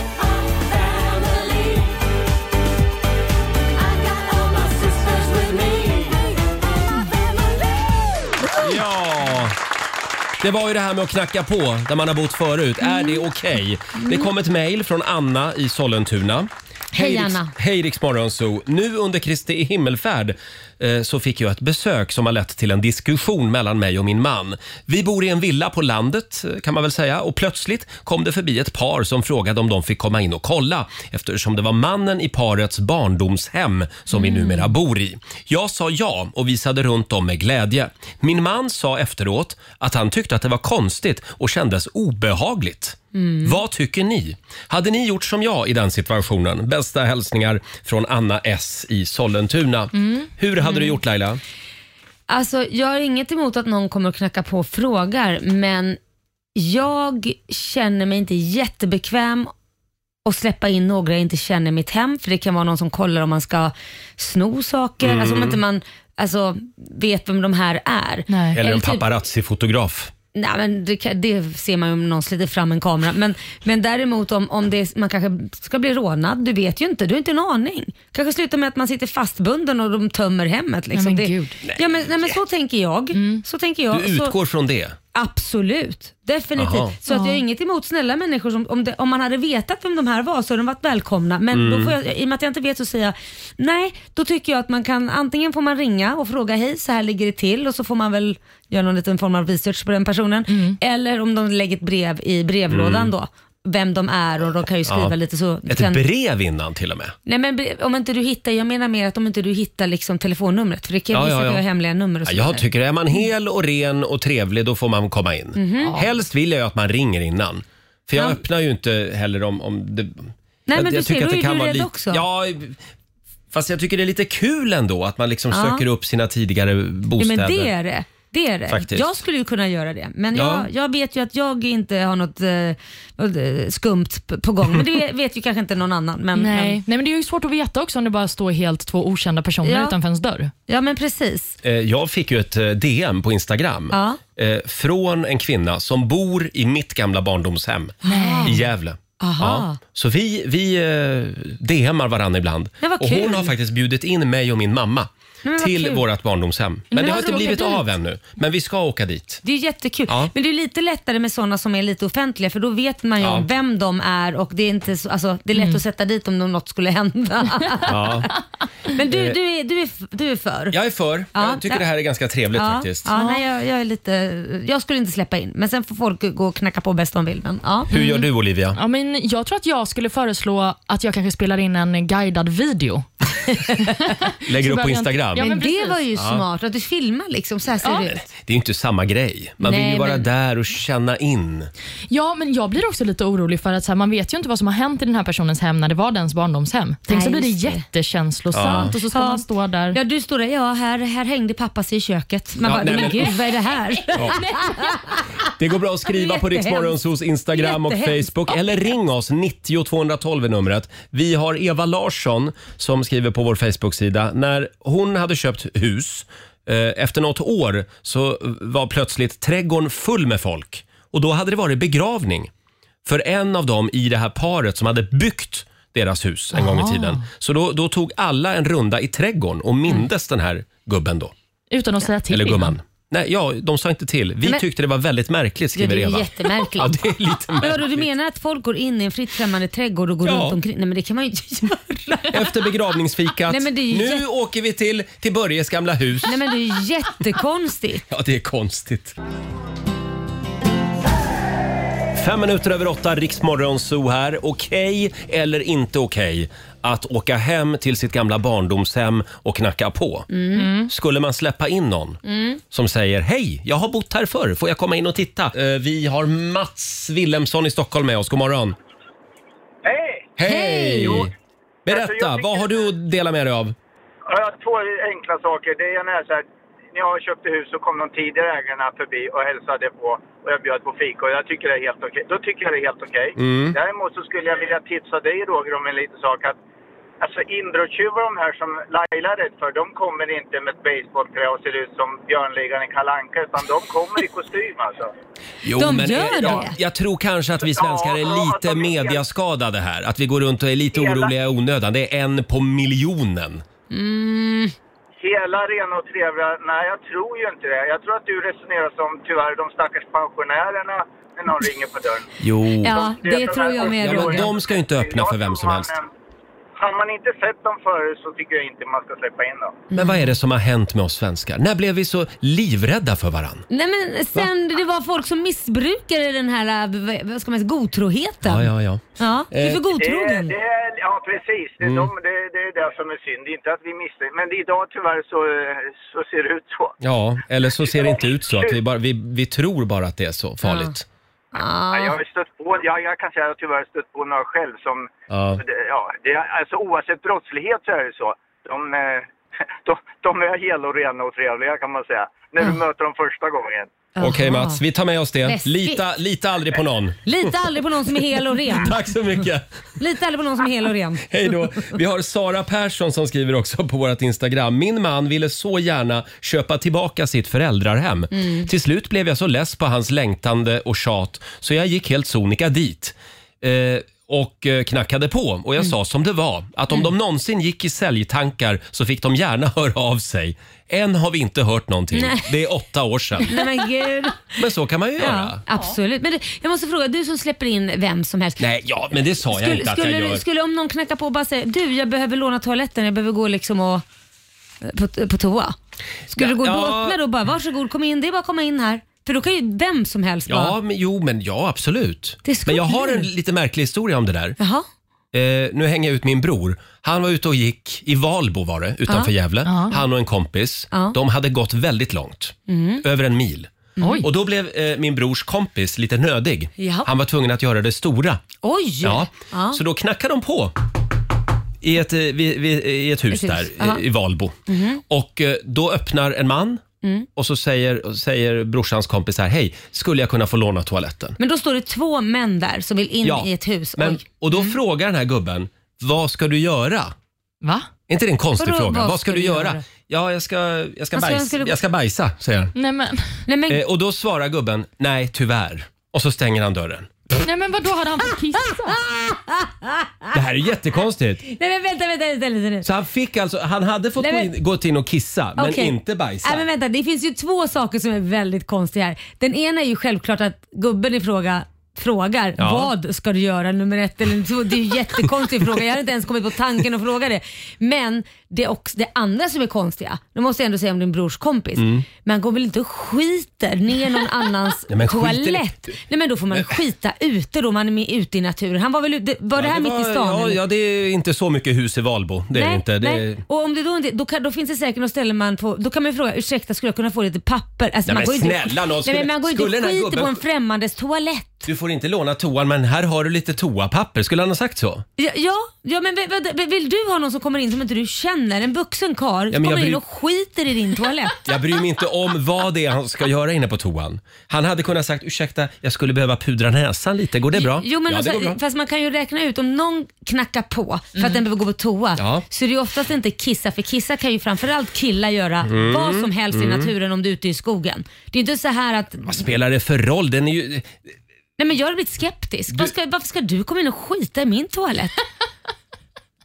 Ja, det var ju det här med att knacka på där man har bott förut. Är det okej? Det kom ett mejl från Anna i Sollentuna. Hej, Riks- Anna. Hej Riksmorgon Zoo. Nu under Kristi himmelfärd eh, så fick jag ett besök som har lett till en diskussion mellan mig och min man. Vi bor i en villa på landet eh, kan man väl säga och plötsligt kom det förbi ett par som frågade om de fick komma in och kolla eftersom det var mannen i parets barndomshem som vi numera bor i. Jag sa ja och visade runt om med glädje. Min man sa efteråt att han tyckte att det var konstigt och kändes obehagligt. Vad tycker ni? Hade ni gjort som jag i den situationen? Bästa hälsningar från Anna S i Sollentuna. Hur hade du gjort Laila? Alltså, jag har inget emot att någon kommer och knacka på och frågar, men jag känner mig inte jättebekväm att släppa in några jag inte känner i mitt hem, för det kan vara någon som kollar om man ska sno saker, Mm. alltså om inte man alltså, vet vem de här är. Nej. Eller en typ- paparazzi-fotograf? Nej, men det, kan- det ser man ju om någon sliter fram en kamera. Men, men däremot om, om det, man kanske ska bli rånad, du vet ju inte, du har inte en aning. Kanske slutar med att man sitter fastbunden och de tömmer hemmet. Liksom. Nej, men det, gud. Ja, men, nej, men så tänker jag. Så tänker jag. Du Så, utgår från det? absolut, definitivt. Aha. Så att jag har inget emot snälla människor. Som, om, det, om man hade vetat vem de här var så hade de varit välkomna. Men då får jag, i och med att jag inte vet så säger jag nej, då tycker jag att man kan, antingen får man ringa och fråga hej, så här ligger det till, och så får man väl göra någon liten form av research på den personen. Eller om de lägger ett brev i brevlådan då, vem de är, och de kan ju skriva Ja. lite så. Ett kan, brev innan till och med? nej men bre- om inte du hittar, jag menar mer att om inte du hittar liksom telefonnumret, för det kan Ja, vissa ja, ja. ja, hemliga nummer och Ja, så jag vidare. tycker är man hel och ren och trevlig då får man komma in. Helst vill jag ju att man ringer innan. För jag Ja. öppnar ju inte heller om, om det... Nej, jag, men du jag ser, tycker då att det är kan du vara rädd lite- också. Ja, fast jag tycker det är lite kul ändå att man liksom Ja. söker upp sina tidigare Ja, bostäder. men det är det. Det är det. Faktiskt. Jag skulle ju kunna göra det, men Ja. jag, jag vet ju att jag inte har något eh, skumt p- på gång. Men det vet ju kanske inte någon annan. Men, Nej. Men, Nej, men det är ju svårt att veta också om det bara står helt två okända personer Ja. utanför ens dörr. ja, men precis. Eh, Jag fick ju ett eh, D M på Instagram Ja. eh, från en kvinna som bor i mitt gamla barndomshem i Gävle. Aha. Ja. Så vi, vi eh, D M:ar varandra ibland. Ja, vad och hon kul. har faktiskt bjudit in mig och min mamma Men vad till kul. vårt barndomshem. Men, Men det har har inte du blivit åkt dit? av ännu. Men vi ska åka dit. Det är jättekul. Ja. Men det är lite lättare med sådana som är lite offentliga, för då vet man ju Ja. om vem de är, och det är, inte så, alltså, det är lätt att sätta dit om något skulle hända. Ja. Men du, du, är, du, är, f- du är för? Jag är för. Ja. Jag tycker det här är ganska trevligt ja. faktiskt. Ja, nej, jag, jag, är lite, jag skulle inte släppa in, men sen får folk gå och knacka på bäst de vill. Men, ja. Hur gör du Olivia? Ja, men jag tror att jag skulle föreslå att jag kanske spelar in en guidad video. Lägger upp på början- Instagram? Ja, Men, men det precis. var ju smart, att du filmar liksom, så här ser Ja. det ut. Det är ju inte samma grej. Man vill Nej, ju vara men- där och känna in. Ja, men jag blir också lite orolig för att så här, man vet ju inte vad som har hänt i den här personens hem när det var dens barndomshem. Tänk så Nej, blir det just det. jättekänslosamt Ja. och så ska Ja. man stå där. Ja, du står där, ja här, här hängde pappa sig i köket. Man Ja, bara, nej, men men- gud vad är det här? Det går bra att skriva på Jättehemskt. Riksmorgonsos Instagram och Jättehemskt. Facebook. Eller ring oss, nittio tvåhundratolv är numret. Vi har Eva Larsson som skriver på vår Facebook-sida. När hon hade köpt hus, eh, efter något år så var plötsligt trädgården full med folk. Och då hade det varit begravning för en av dem i det här paret som hade byggt deras hus en gång i tiden. Så då, då tog alla en runda i trädgården och mindes den här gubben då. Utan att säga till. Eller gumman. innan. Nej, ja, de sa inte till. Vi men, tyckte det var väldigt märkligt, skriver Eva. Ja, det är jättemärkligt. Ja, det är lite märkligt. Ja, du menar att folk går in i en fritt främmande trädgård och går ja. runt omkring? Nej, men det kan man ju inte göra. Efter begravningsfikat. Nej, men det är nu jätt... åker vi till, till Börjes gamla hus. Nej, men det är jättekonstigt. Ja, det är konstigt. Fem minuter över åtta, Riksmorgon Zoo här. Okej okay, eller inte okej okay, att åka hem till sitt gamla barndomshem och knacka på. Mm. Skulle man släppa in någon mm. som säger hej, jag har bott här förr, får jag komma in och titta? Uh, vi har Mats Willemsson i Stockholm med oss. God morgon. Hej! Hej! Berätta, alltså, vad har du att dela med dig av? Jag har två enkla saker. Det ena är så här, när jag köpte hus så kom de tidigare ägarna förbi och hälsade på och jag bjöd på fika och jag tycker det är helt okej. Då tycker jag det är helt okej. Mm. Däremot så skulle jag vilja tipsa dig, Roger, om en liten sak att alltså inbrottstjuvar, de här som Laila är rädd för, de kommer inte med ett baseballträ och ser ut som björnligan i Kalle Anka, utan de kommer i kostym alltså. Jo, de men gör ja, det. Jag tror kanske att vi svenskar är lite ja, mediaskadade här. Att vi går runt och är lite hela... oroliga i onödan. Det är en på miljonen. Mm. Hela rena och trevliga, nej jag tror ju inte det. Jag tror att du resonerar som tyvärr de stackars pensionärerna när någon ringer på dörren. Jo. Ja, det, det tror jag med. Ja, men de ska ju inte öppna för vem som helst. Har man inte sett dem förut så tycker jag inte man ska släppa in dem. Men vad är det som har hänt med oss svenskar? När blev vi så livrädda för varann? Nej, men sen Va? det var folk som missbrukade den här, vad ska man säga, godtroheten. Ja, ja, ja. Ja, du är för godtrogen. Det, det, ja, precis. Det, mm. de, det, det är det som är synd. Det är inte att vi missar. Men idag tyvärr så, så ser det ut så. Ja, eller så ser det inte ut så. Att vi, bara, vi, vi tror bara att det är så farligt. Ja. Ah. Jag har stött på, jag, jag kan säga att jag tyvärr stött på några själv som, ah. det, ja, det, alltså oavsett brottslighet så är det så. De, de, de är hela och rena och trevliga kan man säga, när du ah. möter dem första gången. Okej okay, Mats, vi tar med oss det. Lita, lita aldrig på någon. Lita aldrig på någon som är hel och ren. Tack så mycket. Lita aldrig på någon som är hel och ren. Hej då. Vi har Sara Persson som skriver också på vårt Instagram. Min man ville så gärna köpa tillbaka sitt föräldrarhem. Mm. Till slut blev jag så less på hans längtande och tjat så jag gick helt sonika dit. Eh, och knackade på och jag mm. sa som det var att om mm. de någonsin gick i säljtankar så fick de gärna höra av sig. Än har vi inte hört någonting. Nej. Det är åtta år sedan. Nej, men gud. Men så kan man ju ja, göra. Absolut. Men du, jag måste fråga, du som släpper in vem som helst. Nej, ja, men det sa jag skulle, inte att skulle, jag gör. Skulle om någon knackar på och bara säga, du jag behöver låna toaletten, jag behöver gå liksom och på, på toa. Skulle ja, du gå ja. och öppna då bara, varsågod kom in, det är bara att komma in här. För då kan ju vem som helst bara... Ja, men, jo, men ja, absolut. Men jag har en lite märklig historia om det där. Jaha. Eh, nu hänger jag ut min bror. Han var ute och gick i Valbo var det, utanför ja. Gävle. Ja. Han och en kompis. Ja. De hade gått väldigt långt. Mm. Över en mil. Mm. Och då blev eh, min brors kompis lite nödig. Ja. Han var tvungen att göra det stora. Oj! Ja. Ja. Så då knackade de på. I ett, vid, vid, i ett hus, ett hus. där Aha. i Valbo. Mm. Och eh, då öppnar en man. Mm. Och så säger, säger brorsans kompis här, hej, skulle jag kunna få låna toaletten? Men då står det två män där som vill in ja, i ett hus. Men, och då mm. frågar den här gubben, vad ska du göra? Va? Är inte det en konstig Vadå, fråga? vad vad ska, ska du göra? göra? Ja, jag ska, jag ska, bajs, ska du... jag ska bajsa, säger han. Nej, men. Nej, men... Eh, och då svarar gubben, nej tyvärr. Och så stänger han dörren. Nej, men vad då hade han fått kissa? Det här är jättekonstigt. Nej, men vänta, vänta, vänta, vänta. Så han fick alltså, han hade fått Nej, men... gå in, gått in och kissa, men okay. inte bajsa. Nej, men vänta, det finns ju två saker som är väldigt konstiga här. Den ena är ju självklart att gubben i fråga frågar, ja. vad ska du göra nummer ett eller två? Det är ju jättekonstig fråga. Jag hade inte ens kommit på tanken att fråga det. Men det, är också, det andra som är konstiga, nu måste jag ändå säga om din brors kompis, mm. man går väl inte och skiter ner någon annans Nej, toalett? Nej, men då får man men... skita ute då man är ute i naturen. Han var väl ute, var ja, det här det var, mitt i stan? Ja, ja, det är inte så mycket hus i Valbo. Det är nej, inte. Det nej. Är... Och om det då inte, då, kan, då finns det säkert något ställe man får, då kan man ju fråga, ursäkta, skulle jag kunna få lite papper? Alltså, nej, man men går snälla inte, någon, skulle, nej, men man går inte och skiter gubben... på en främmandes toalett. Du får inte låna toan, men här har du lite toapapper. Skulle han ha sagt så? Ja, ja, ja men vill, vill du ha någon som kommer in som inte du känner? En vuxen karl ja, kommer bry... in och skiter i din toalett. Jag bryr mig inte om vad det är han ska göra inne på toan. Han hade kunnat sagt, ursäkta, jag skulle behöva pudra näsan lite. Går det bra? Jo, men ja, alltså, det går bra. Fast man kan ju räkna ut om någon knackar på för mm. att den behöver gå på toa. Ja. Så det är ju oftast inte kissa, för kissa kan ju framförallt killar göra mm. vad som helst mm. i naturen om du är ute i skogen. Det är inte så här att... Vad spelar det för roll? Den är ju... Nej, men jag har blivit skeptisk. Du... Varför, ska, varför ska du komma in och skita i min toalett?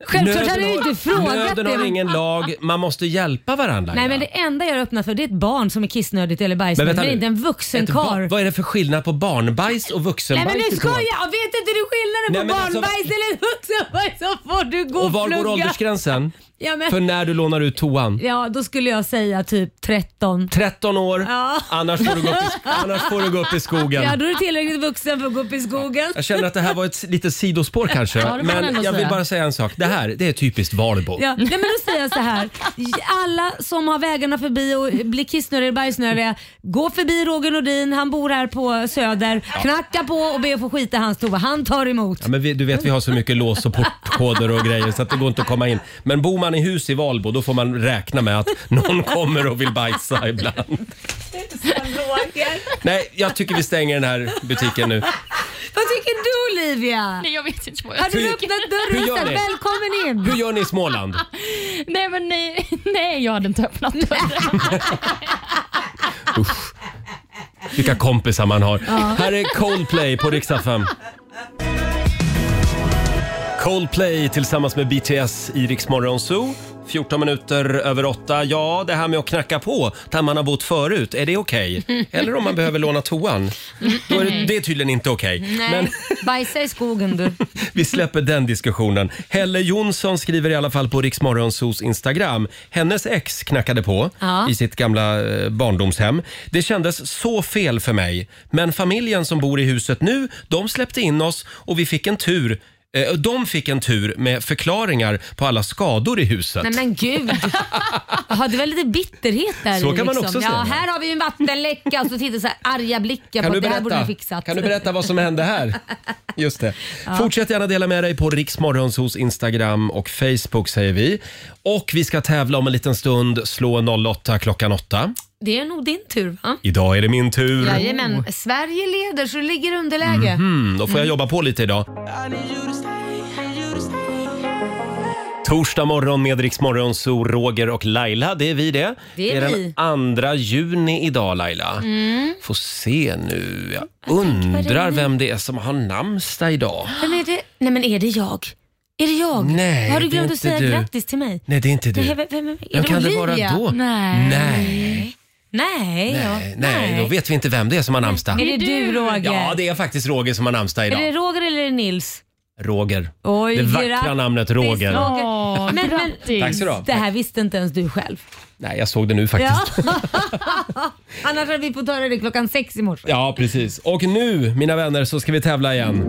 Självklart hade du inte frågat nöden det. har ingen lag. Man måste hjälpa varandra. Nej, men det enda jag öppnar för det är ett barn som är kissnödigt eller bajsnödigt. Men, men inte en vuxen karl. Vad är det för skillnad på barnbajs och vuxenbajs? Nej, men nu skojar jag! Vet inte du skillnaden Nej, på barnbajs alltså... eller vuxenbajs, så får du gå och var plugga. går åldersgränsen? Ja, men... För när du lånar ut toan? Ja, då skulle jag säga typ tretton. tretton år, ja. annars, får du gå upp i, annars får du gå upp i skogen. Ja, då är du tillräckligt vuxen för att gå upp i skogen. Jag känner att det här var ett litet sidospår kanske. Ja, men jag vill bara säga en sak. Det här, det är typiskt Valbo. Ja, nej, men då säger jag så här. Alla som har vägarna förbi och blir kissnödiga och bajsnödiga, gå förbi Roger Nordin. Han bor här på Söder. Ja. Knacka på och be att få skita hans tova. Han tar emot. Ja, men vi, du vet, vi har så mycket lås och portkoder och grejer så att det går inte att komma in. Men bor man i hus i Valbo, då får man räkna med att någon kommer och vill bajsa ibland. Nej, jag tycker vi stänger den här butiken nu. Vad tycker du, Olivia? Nej, jag vet inte vad jag Har du öppnat dörren och sagt välkommen in? Hur gör ni i Småland? Nej, men nej, nej jag hade inte öppnat dörren. Usch. Vilka kompisar man har. Ja. Här är Coldplay på Rix F M. Coldplay tillsammans med B T S i Rix Morgon Zoo. fjorton minuter över åtta. Ja, det här med att knacka på där man har bott förut, är det okej? Okay? Eller om man behöver låna toan? Då är det, det är tydligen inte okej. Okay. Nej, men bajsa i skogen du. Vi släpper den diskussionen. Helle Jonsson skriver i alla fall på Rix Morgon Zoos Instagram. Hennes ex knackade på ja. i sitt gamla barndomshem. Det kändes så fel för mig. Men familjen som bor i huset nu, de släppte in oss och vi fick en tur. De fick en tur med förklaringar på alla skador i huset. Nej men gud. Jaha, det var lite bitterhet där. Så kan liksom. man också säga. Ja, här har vi en vattenläcka och så tittar så här arga blickar på att det här borde vi fixat. Kan du berätta vad som hände här? Just det. Ja. Fortsätt gärna dela med dig på Rix Morgons hos Instagram och Facebook säger vi. Och vi ska tävla om en liten stund. Slå noll åtta klockan åtta. Det är nog din tur va? Idag är det min tur. Jajamän, Sverige leder så det ligger underläge. Mm-hmm. Då får jag jobba på lite idag. Torsdag morgon med Rix Morgon, så Roger och Laila, det är vi det. Det är, det är vi. den andra juni idag, Laila. Mm. Får se nu. Jag, jag undrar vem det är som har namnsdag idag. Vem är det? Nej men är det jag? Är det jag? Nej, har du glömt det är att säga du. Grattis till mig? Nej, det är inte du. Nej, vem, vem, är vem det kan Olivia? det vara då? Nej. Nej. Nej, ja. nej, nej, då vet vi inte vem det är som har namnsdag. Är det du, Roger? Ja, det är faktiskt Roger som har namnsdag idag. Är det Roger eller är det Nils? Roger. Oj, det vackra grattis, namnet Roger. Roger. Åh, men, men, Tack så du ha. Det här visste inte ens du själv. Nej, jag såg det nu faktiskt. Ja. Annars hade vi fått höra det klockan sex i morse. Ja, precis. Och nu, mina vänner, så ska vi tävla igen.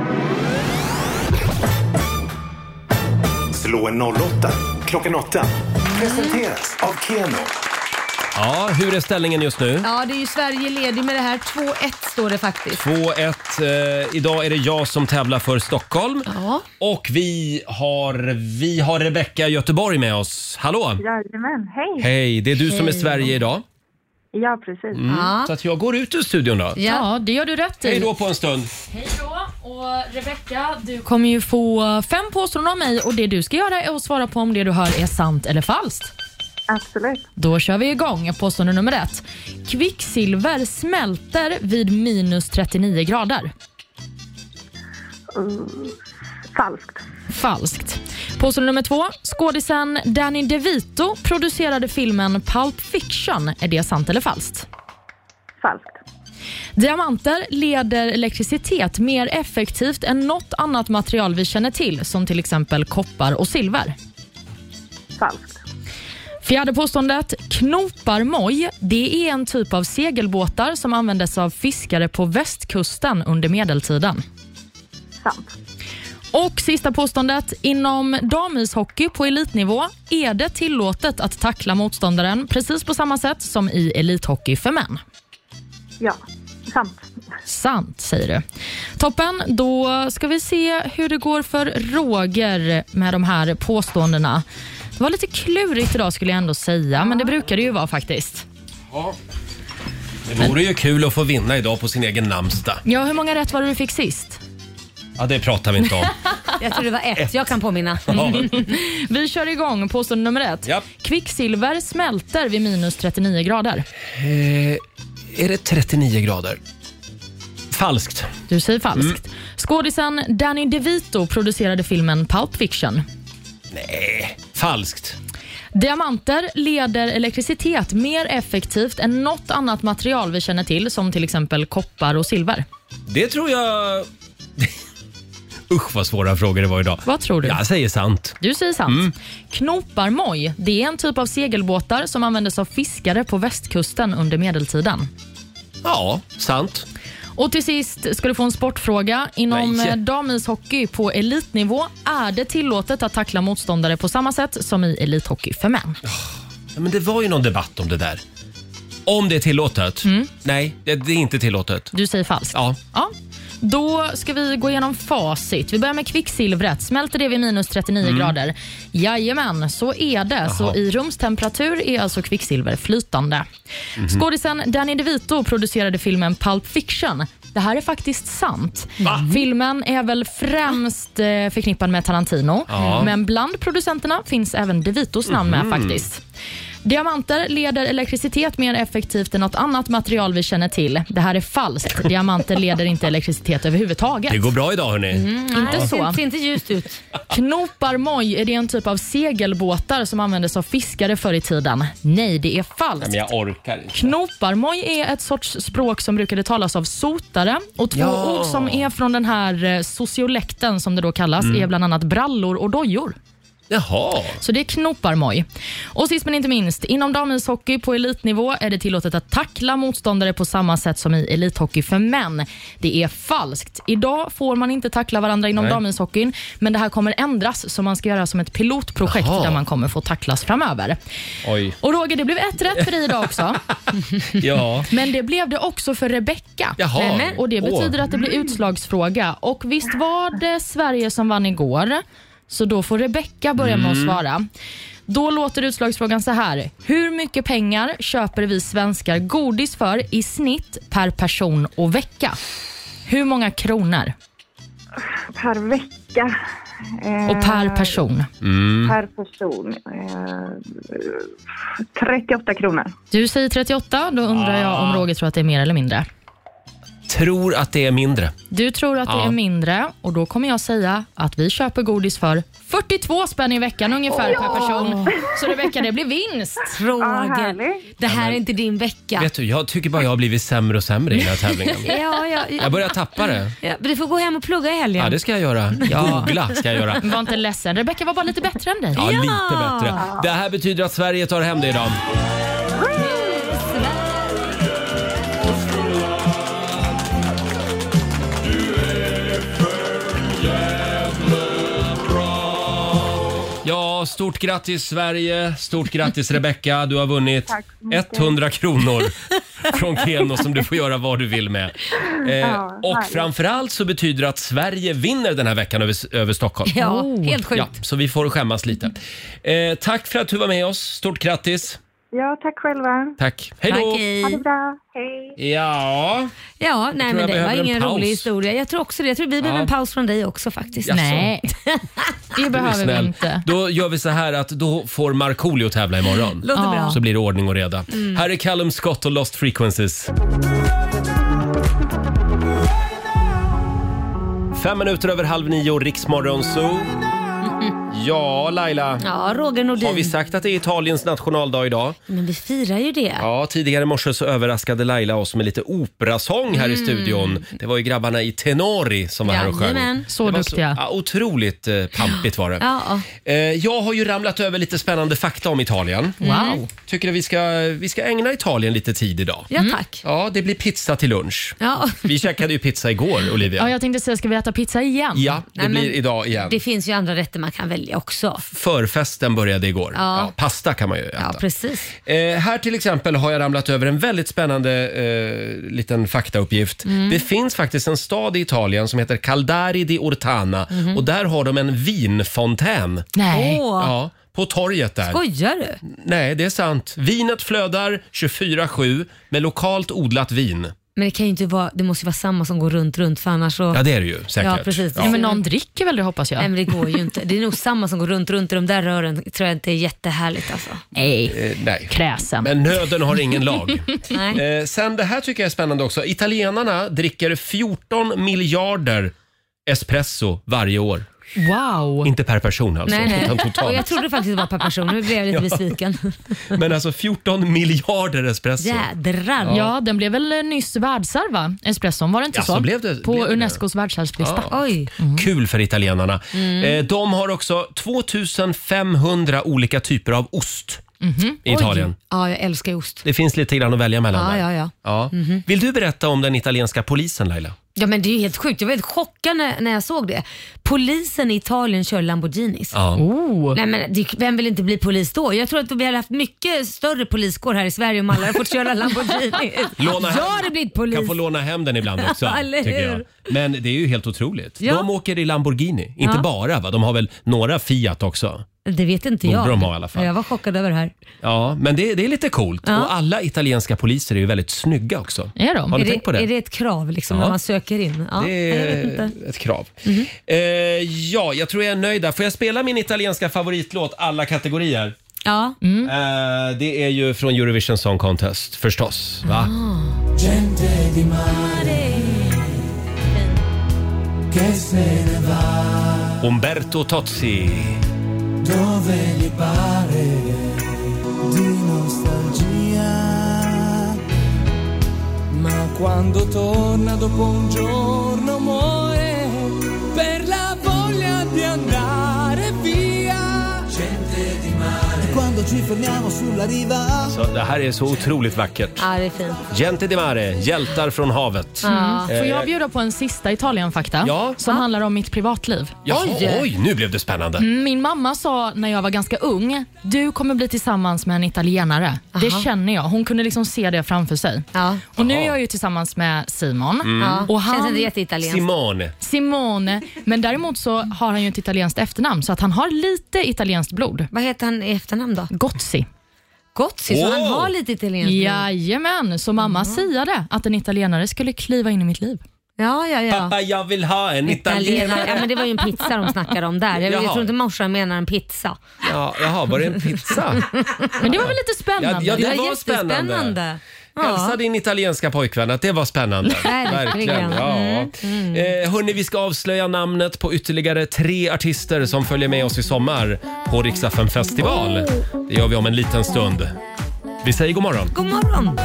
Slå en noll åtta klockan åtta. Presenteras av Keno. Ja, hur är ställningen just nu? Ja, det är ju Sverige ledig med det här. två ett står det faktiskt. två ett. Eh, idag är det jag som tävlar för Stockholm. Ja. Och vi har, vi har Rebecka i Göteborg med oss. Hallå! Jajamän, hej! Hej, det är du Hej. som är Sverige idag. Ja, precis. Mm. Ja. Så att jag går ut ur studion då. Ja, det gör du rätt i. Hej då på en stund. Hej då. Och Rebecka, du kommer ju få fem påståenden av mig och det du ska göra är att svara på om det du hör är sant eller falskt. Absolut. Då kör vi igång. Påstående nummer ett. Kvicksilver smälter vid minus trettionio grader. Uh, falskt. Falskt. Påstående nummer två. Skådisen Danny DeVito producerade filmen Pulp Fiction. Är det sant eller falskt? Falskt. Diamanter leder elektricitet mer effektivt än något annat material vi känner till, som till exempel koppar och silver. Falskt. Fjärde påståendet. Knoparmoj, det är en typ av segelbåtar som användes av fiskare på västkusten under medeltiden. Sant. Och sista påståendet. Inom damishockey på elitnivå är det tillåtet att tackla motståndaren precis på samma sätt som i elithockey för män. Ja, sant. Sant, säger du. Toppen, då ska vi se hur det går för Roger med de här påståendena. Det var lite klurigt idag skulle jag ändå säga, men det brukar det ju vara faktiskt. Ja. Det vore ju kul att få vinna idag på sin egen namnsdag. Ja, hur många rätt var det du fick sist? Ja, det pratar vi inte om. Jag tror det var ett, ett. Jag kan påminna. Ja. Vi kör igång, påstående nummer ett. Japp. Kvicksilver smälter vid minus trettionio grader. Eh, är det trettionio grader? Falskt. Du säger falskt. Mm. Skådisen Danny DeVito producerade filmen Pulp Fiction. Nej, falskt. Diamanter leder elektricitet mer effektivt än något annat material vi känner till, som till exempel koppar och silver. Det tror jag... Usch vad svåra frågor det var idag. Vad tror du? Jag säger sant. Du säger sant. Mm. Knoparmoj, det är en typ av segelbåtar som användes av fiskare på västkusten under medeltiden. Ja, sant. Och till sist ska du få en sportfråga. Inom Nej. damishockey på elitnivå är det tillåtet att tackla motståndare på samma sätt som i elithockey för män. Ja, men det var ju någon debatt om det där. Om det är tillåtet? Mm. Nej, det, det är inte tillåtet. Du säger falskt? Ja. Ja. Då ska vi gå igenom facit. Vi börjar med kvicksilvret. Smälter det vid minus trettionio mm. grader? Jajamän, så är det. Jaha. Så i rumstemperatur är alltså kvicksilver flytande. Mm. Skådisen Danny DeVito producerade filmen Pulp Fiction. Det här är faktiskt sant. Va? Filmen är väl främst eh, förknippad med Tarantino. Ja. Men bland producenterna finns även DeVitos namn mm. med faktiskt. Diamanter leder elektricitet mer effektivt än något annat material vi känner till. Det här är falskt. Diamanter leder inte elektricitet överhuvudtaget. Det går bra idag, hörni. Mm, ja. Inte så. Det ser inte ljust ut. Knoparmoj, är det en typ av segelbåtar som användes av fiskare förr i tiden? Nej, det är falskt. Men jag orkar inte. Knoparmoj är ett sorts språk som brukade talas av sotare. Och två ja. ord som är från den här sociolekten som det då kallas mm. är bland annat brallor och dojor. Jaha. Så det är knoparmoj. Och sist men inte minst, inom damishockey på elitnivå är det tillåtet att tackla motståndare på samma sätt som i elithockey för män. Det är falskt. Idag får man inte tackla varandra inom damishockeyn, men det här kommer ändras, så man ska göra som ett pilotprojekt Jaha. där man kommer få tacklas framöver. Oj. Och Roger, det blev ett rätt för dig idag också. Ja. Men det blev det också för Rebecca. Jaha. Och det betyder att det blir utslagsfråga. Och visst var det Sverige som vann igår? Så då får Rebecca börja med att svara. Då låter utslagsfrågan så här. Hur mycket pengar köper vi svenskar godis för i snitt per person och vecka? Hur många kronor? Per vecka. Eh, och per person? Mm. Per person. Eh, trettioåtta kronor. Du säger trettioåtta. Då undrar ah. jag om Roger tror att det är mer eller mindre. Tror att det är mindre. Du tror att ja. det är mindre, och då kommer jag säga att vi köper godis för fyrtiotvå spänn i veckan ungefär ja. per person. Så Rebecca, det blir vinst. Roger, det här är inte din vecka. Vet du, jag tycker bara jag har blivit sämre och sämre i den här tävlingen. ja, ja, ja. Jag börjar tappa det. Ja, du får gå hem och plugga i helgen. Ja, det ska jag göra. Ja. Googla ska jag göra. Var inte ledsen. Rebecca var bara lite bättre än dig. Ja, ja, lite bättre. Det här betyder att Sverige tar hem det idag. Ja, stort grattis Sverige, stort grattis Rebecca. Du har vunnit hundra kronor från Keno som du får göra vad du vill med. Eh, ja, och framförallt så betyder det att Sverige vinner den här veckan över, över Stockholm. Ja, helt sjukt. Ja, så vi får skämmas lite. Eh, tack för att du var med oss, stort grattis. Ja, tack själva. Tack. Hej då. Tack, hej. Ha det bra. Hej. Ja. Ja, nej men det var ingen rolig historia. Jag tror också det. Jag tror vi behöver ja. en paus från dig också faktiskt. Jaså. Nej. Det behöver vi inte. Då gör vi så här att då får Markoolio tävla imorgon. Låter bra. Så blir det ordning och reda. Mm. Här är Callum Scott och Lost Frequencies. Fem minuter över halv nio, Riksmorgon Zoo. Ja, Laila. Ja, Roger Nordin. Har vi sagt att det är Italiens nationaldag idag? Men vi firar ju det. Ja, tidigare i morse så överraskade Laila oss med lite operasång här mm. i studion. Det var ju grabbarna i Tenori som var ja, här och sjöng. Jajamän. Så duktiga. Så, ja, otroligt eh, pampigt var det. Ja. Eh, jag har ju ramlat över lite spännande fakta om Italien. Wow. Tycker att vi ska, vi ska ägna Italien lite tid idag. Ja, tack. Ja, det blir pizza till lunch. Ja. Vi käkade ju pizza igår, Olivia. Ja, jag tänkte säga, ska vi äta pizza igen? Ja, det Nej, blir idag igen. Det finns ju andra rätter man kan välja också. Förfesten började igår. Ja. Ja, pasta kan man ju äta. Ja, precis. Eh, här till exempel har jag ramlat över en väldigt spännande eh, liten faktauppgift. Mm. Det finns faktiskt en stad i Italien som heter Caldari di Ortana mm. och där har de en vinfontän. Nej. Ja, på torget där. Skojar du? Nej, det är sant. Vinet flödar tjugofyra sju med lokalt odlat vin. Men det kan ju inte vara, det måste ju vara samma som går runt, runt för annars så... Ja, det är det ju, säkert. Ja, precis. Ja. Ja, men någon dricker väl det, hoppas jag. Nej, men det går ju inte. Det är nog samma som går runt, runt i de där rören. Tror jag inte är jättehärligt alltså. Nej, eh, nej. Kräsen. Men nöden har ingen lag. Nej. Eh, sen det här tycker jag är spännande också. Italienarna dricker fjorton miljarder espresso varje år. Wow. Inte per person alltså, Nej, nej. utan totalt. Och jag trodde faktiskt det var per person. Nu blev jag lite Ja. besviken. Men alltså fjorton miljarder espresso. Jädrar. Ja. ja, den blev väl nyss världsarv, va? Espresson, var det inte Ja, så? så blev det- På blev det. Unescos världsarvslista. Ja. Oj. Kul för italienarna. Mm. Eh, de har också tvåtusenfemhundra olika typer av ost i Italien. Oj. Ja, jag älskar ost. Det finns lite grann att välja mellan Ja, där. ja, ja. Ja. Mhm. Vill du berätta om den italienska polisen, Laila? Ja, men det är ju helt sjukt. Jag var helt chockad när, när jag såg det. Polisen i Italien kör Lamborghinis. Ja. Oh. Nej, men det, vem vill inte bli polis då? Jag tror att vi hade haft mycket större poliskår här i Sverige om alla hade fått köra Lamborghini. Låna hem- Jag hade blivit polis. Kan få låna hem den ibland också, Eller tycker jag. hur? Men det är ju helt otroligt. Ja. De åker i Lamborghini. Inte Ja. bara, va? De har väl några Fiat också. Det vet inte Borde jag. de ha i alla fall. Jag var chockad över det här. Ja, men det, det är lite coolt. Ja. Och alla italienska poliser är ju väldigt snygga också. Är de? Har ni är, tänkt på det? är det ett krav liksom, Ja. när man söker in? Ja, Det jag vet är inte. ett krav. Mhm. Eh, ja, jag tror jag är nöjd där. Får jag spela min italienska favoritlåt alla kategorier? Ja. Eh, det är ju från Eurovision Song Contest, förstås. Va? Gente di mare che se ne va Umberto Tozzi. dove gli pare di nostalgia, ma quando torna dopo un giorno muore per la voglia di andare via. Gente di mare, e quando ci fermiamo sulla riva. Så det här är så otroligt vackert. Ja, det är fint. Gente di mare, hjältar från havet. Mm. Får Eh, jag bjuda på en sista Italien-fakta Ja. som handlar om mitt privatliv? Jaha, oj. nu blev det spännande. Min mamma sa när jag var ganska ung, du kommer bli tillsammans med en italienare. Det Aha. känner jag. Hon kunde liksom se det framför sig. Ja. Och nu är jag ju tillsammans med Simon. Mm. Ja. Och han, Känns inte jätteitalienskt. Simone. Simone. Men däremot så har han ju ett italienskt efternamn så att han har lite italienskt blod. Vad heter han i efternamn då? Gozzi. Gozzi, så Åh! han har lite italienskt blod. Jajamän, så mamma siade att en italienare skulle kliva in i mitt liv. Ja, ja, ja. Pappa, jag vill ha en italienare. Ja, men det var ju en pizza de snackade om där. Jag, jag Jaha. tror inte morsan menar en pizza. Ja, jaha, var det en pizza? Men det var väl lite spännande? Ja, ja, det var var spännande. jättespännande. Hälsa Ja. din italienska pojkvän att det var spännande. Verkligen. Ja. Mm, mm. Eh, hörni, vi ska avslöja namnet på ytterligare tre artister som följer med oss i sommar på Rix F M festival. Det gör vi om en liten stund. Vi säger god morgon. God morgon.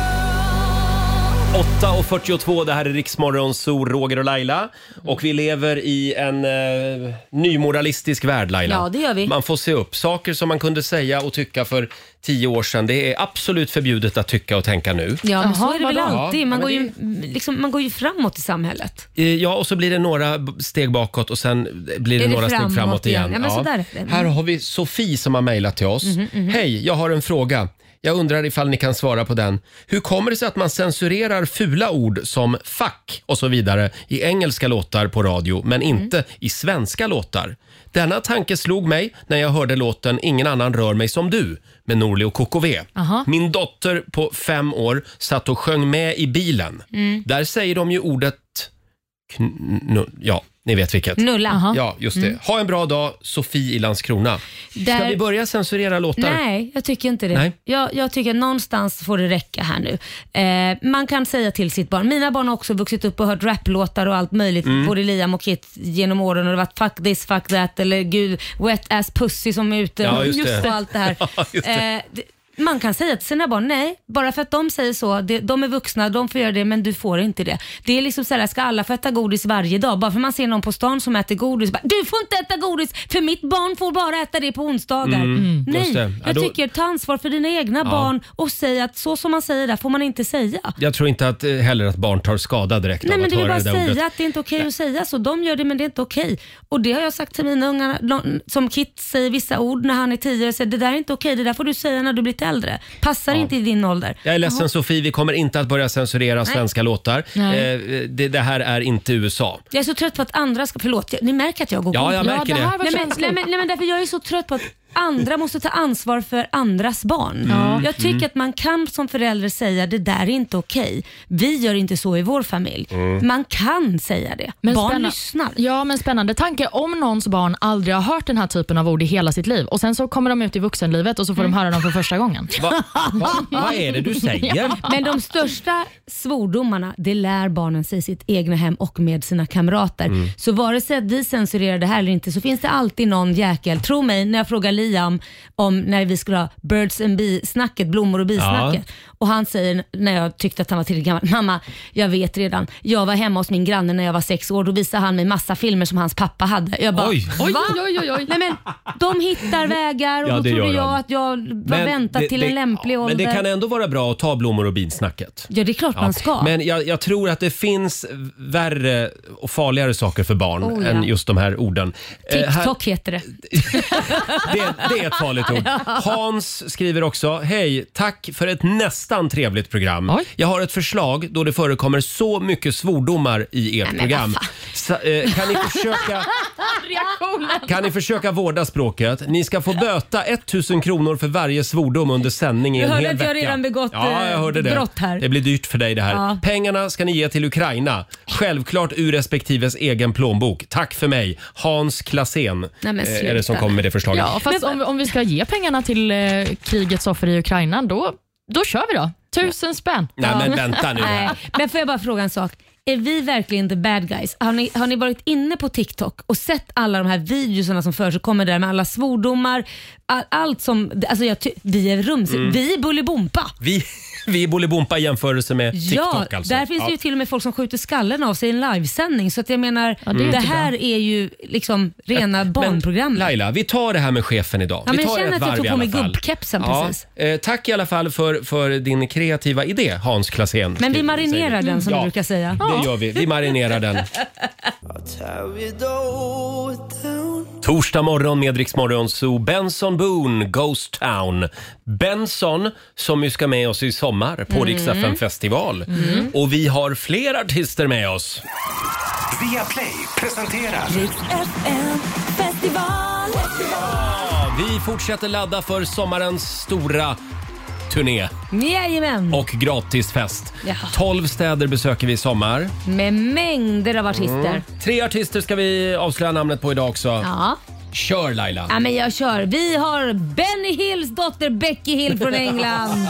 åtta och fyrtiotvå, det här är Riksmorgon, så Roger och Laila. Och vi lever i en eh, nymoralistisk värld, Laila. Ja, det gör vi. Man får se upp. Saker som man kunde säga och tycka för tio år sedan, det är absolut förbjudet att tycka och tänka nu. Ja, men så Jaha, är det väl vadå? alltid. Man, Ja, går men ju, liksom, man går ju framåt i samhället. Eh, Ja, och så blir det några b- steg bakåt och sen blir det, Är det några framåt steg framåt igen. igen? Ja, men så där är det. Mm. Här har vi Sofie som har mejlat till oss. Hej, jag har en fråga. Jag undrar ifall ni kan svara på den. Hur kommer det sig att man censurerar fula ord som fuck och så vidare i engelska låtar på radio, men inte i svenska låtar? Denna tanke slog mig när jag hörde låten Ingen annan rör mig som du med Norli och K K V. Aha. Min dotter på fem år satt och sjöng med i bilen. Där säger de ju ordet kn- ja, ni vet vilket. Nulla. Aha. Ja, just det. Ha en bra dag, Sofie i Landskrona. Ska Där- vi börja censurera låtar? Nej, jag tycker inte det. Nej. Jag, jag tycker att någonstans får det räcka här nu. Eh, man kan säga till sitt barn. Mina barn har också vuxit upp och hört raplåtar och allt möjligt. Mm. Både Liam och Kit genom åren. Och det har varit fuck this, fuck that eller gud, wet ass pussy som är ute. Ja, just det. Och allt det här. Ja, just det. Eh, det, man kan säga till sina barn, nej, bara för att de säger så, det, de är vuxna, de får göra det, men du får inte det. Det är liksom så här, ska alla få äta godis varje dag? Bara för man ser någon på stan som äter godis, bara, du får inte äta godis, för mitt barn får bara äta det på onsdagar. Mm, just Nej, det. Ja, jag då- tycker ta ansvar för dina egna Ja. barn och säg att så som man säger där får man inte säga. Jag tror inte att, eh, heller att barn tar skada direkt Nej, av men att det är höra bara det att där säga ordet. att det är inte okej att säga så. De gör det, men det är inte okej. Och det har jag sagt till mina ungar, de- som Kit säger vissa ord när han är tio, och säger det där är inte okej, det där får du säga när du blir lite äldre. Passar inte i din ålder. Jag är ledsen Sofie, vi kommer inte att börja censurera svenska låtar. Nej. Eh, det, det här är inte U S A. Jag är så trött på att andra ska, förlåt, jag- ni märker att jag går Ja, jag god. märker det det. här var Nej men, känsligt. nej, men, nej men därför jag är så trött på att andra måste ta ansvar för andras barn. Mm. Jag tycker mm. att man kan som förälder säga det där är inte okej. Vi gör inte så i vår familj. Mm. Man kan säga det. Men barn spänna- lyssnar. Ja, men spännande tanke. Om någons barn aldrig har hört den här typen av ord i hela sitt liv och sen så kommer de ut i vuxenlivet och så får mm. de höra dem för första gången. Va? Va? Vad är det du säger? Ja. Men de största svordomarna, det lär barnen sig i sitt egna hem och med sina kamrater. Mm. Så vare sig att vi censurerar det här eller inte så finns det alltid någon jäkel. Tro mig när jag frågar Liam om när vi skulle ha birds and bee-snacket, blommor och bisnacket. Ja. Och han säger när jag tyckte att han var tillräckligt gammal, mamma, jag vet redan. Jag var hemma hos min granne när jag var sex år. Då visade han mig massa filmer som hans pappa hade. Jag bara, oj, oj, oj, oj, oj. Nej, men de hittar vägar och ja, då trodde jag att jag var väntat det, till en det, lämplig ja, ålder. Men det kan ändå vara bra att ta blommor och binsnacket. Ja, det är klart ja. man ska. Men jag, jag tror att det finns värre och farligare saker för barn oh, ja. än just de här orden. TikTok eh, heter det. det. Det är ett farligt ord. Hans skriver också, hej, tack för ett nästan trevligt program. Oj. Jag har ett förslag då det förekommer så mycket svordomar i ert Nej, program. Så, eh, kan ni försöka kan ni försöka vårda språket? Ni ska få böta tusen kronor för varje svordom under sändning i en hel vecka. Du hörde att jag redan begått ja, jag hörde det. brott här. Det blir dyrt för dig det här. Ja. Pengarna ska ni ge till Ukraina. Självklart ur respektives egen plånbok. Tack för mig. Hans Klasen Nej, är det som kommer med det förslaget. Ja, fast om, om vi ska ge pengarna till eh, krigets offer i Ukraina, då, då kör vi då. Tusen spänn. Nej, men vänta nu. Nej, men får jag bara fråga en sak? Är vi verkligen the bad guys? Har ni, har ni varit inne på TikTok och sett alla de här videorna som för sig kommer där med alla svordomar, all, allt som, alltså jag ty- vi är rums, mm. vi är Bolibompa. Vi Vi är Bolibompa i jämförelse med TikTok ja, alltså. Där finns ja. ju till och med folk som skjuter skallen av sig i en livesändning. Så att jag menar, ja, det, det här bra. är ju liksom rena men, barnprogram. Men Laila, vi tar det här med chefen idag. Ja, vi men tar jag känner att jag tog på mig gubbkepsen ja, precis. Eh, tack i alla fall för, för din kreativa idé, Hans Klasen. Men vi marinerar den som ja, du brukar säga. Det gör vi. Vi marinerar den. Torsdag morgon med Rix Morgon Zoo, Benson Boone, Ghost Town. Benson som ju ska med oss i sommar på mm. Rix F M-festival. Mm. Och vi har fler artister med oss. Viaplay presenterar Rix F M-festival. Ja, vi fortsätter ladda för sommarens stora turné. Jajamän. Och gratisfest. Ja. tolv städer besöker vi i sommar. Med mängder av artister. Mm. Tre artister ska vi avslöja namnet på idag också. Ja. Kör Laila. Ja, men jag kör. Vi har Benny Hills dotter Becky Hill från England.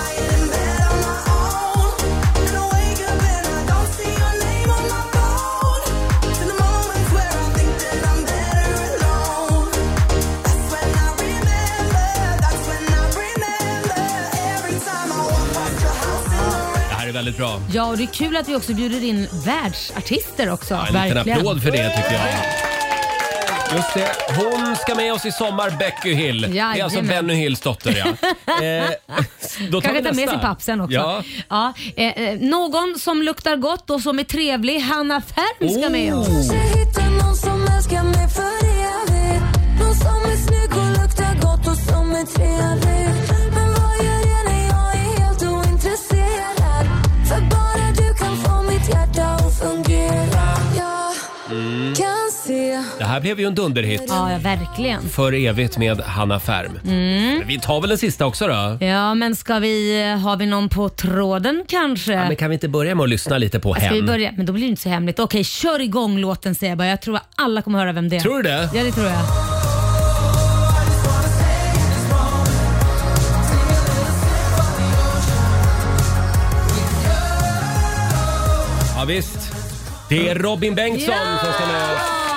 Väldigt bra. Ja, och det är kul att vi också bjuder in världsartister också. Ja, en liten verkligen. applåd för det tycker jag. Just det, hon ska med oss i sommar, Becky Hill. Jajamän. Det är alltså Benny Hills dotter, ja. eh, då tar Kanske vi ta med sin papp sen också. Ja. Ja, eh, någon som luktar gott och som är trevlig, Hanna Färm ska oh. med oss. Någon som älskar mig för evigt. Någon som är snygg och luktar gott och som är trevlig. Men vad gör jag när jag är helt ointresserad? För bara du kan få mitt hjärta att fungera. Jag mm. kan se. Det här blev ju en dunderhit. Ja, ja, verkligen. För evigt med Hanna Färm. Mm. Vi tar väl den sista också då? Ja, men ska vi, har vi någon på tråden kanske? Ja, men kan vi inte börja med att lyssna lite på henne? Ska vi börja? Men då blir det inte så hemligt. Okej, kör igång låten säger jag bara. Jag tror att alla kommer höra vem det är. Tror du det? Ja, det tror jag. Ja, visst. Det är Robin Bengtsson ja! som ska med.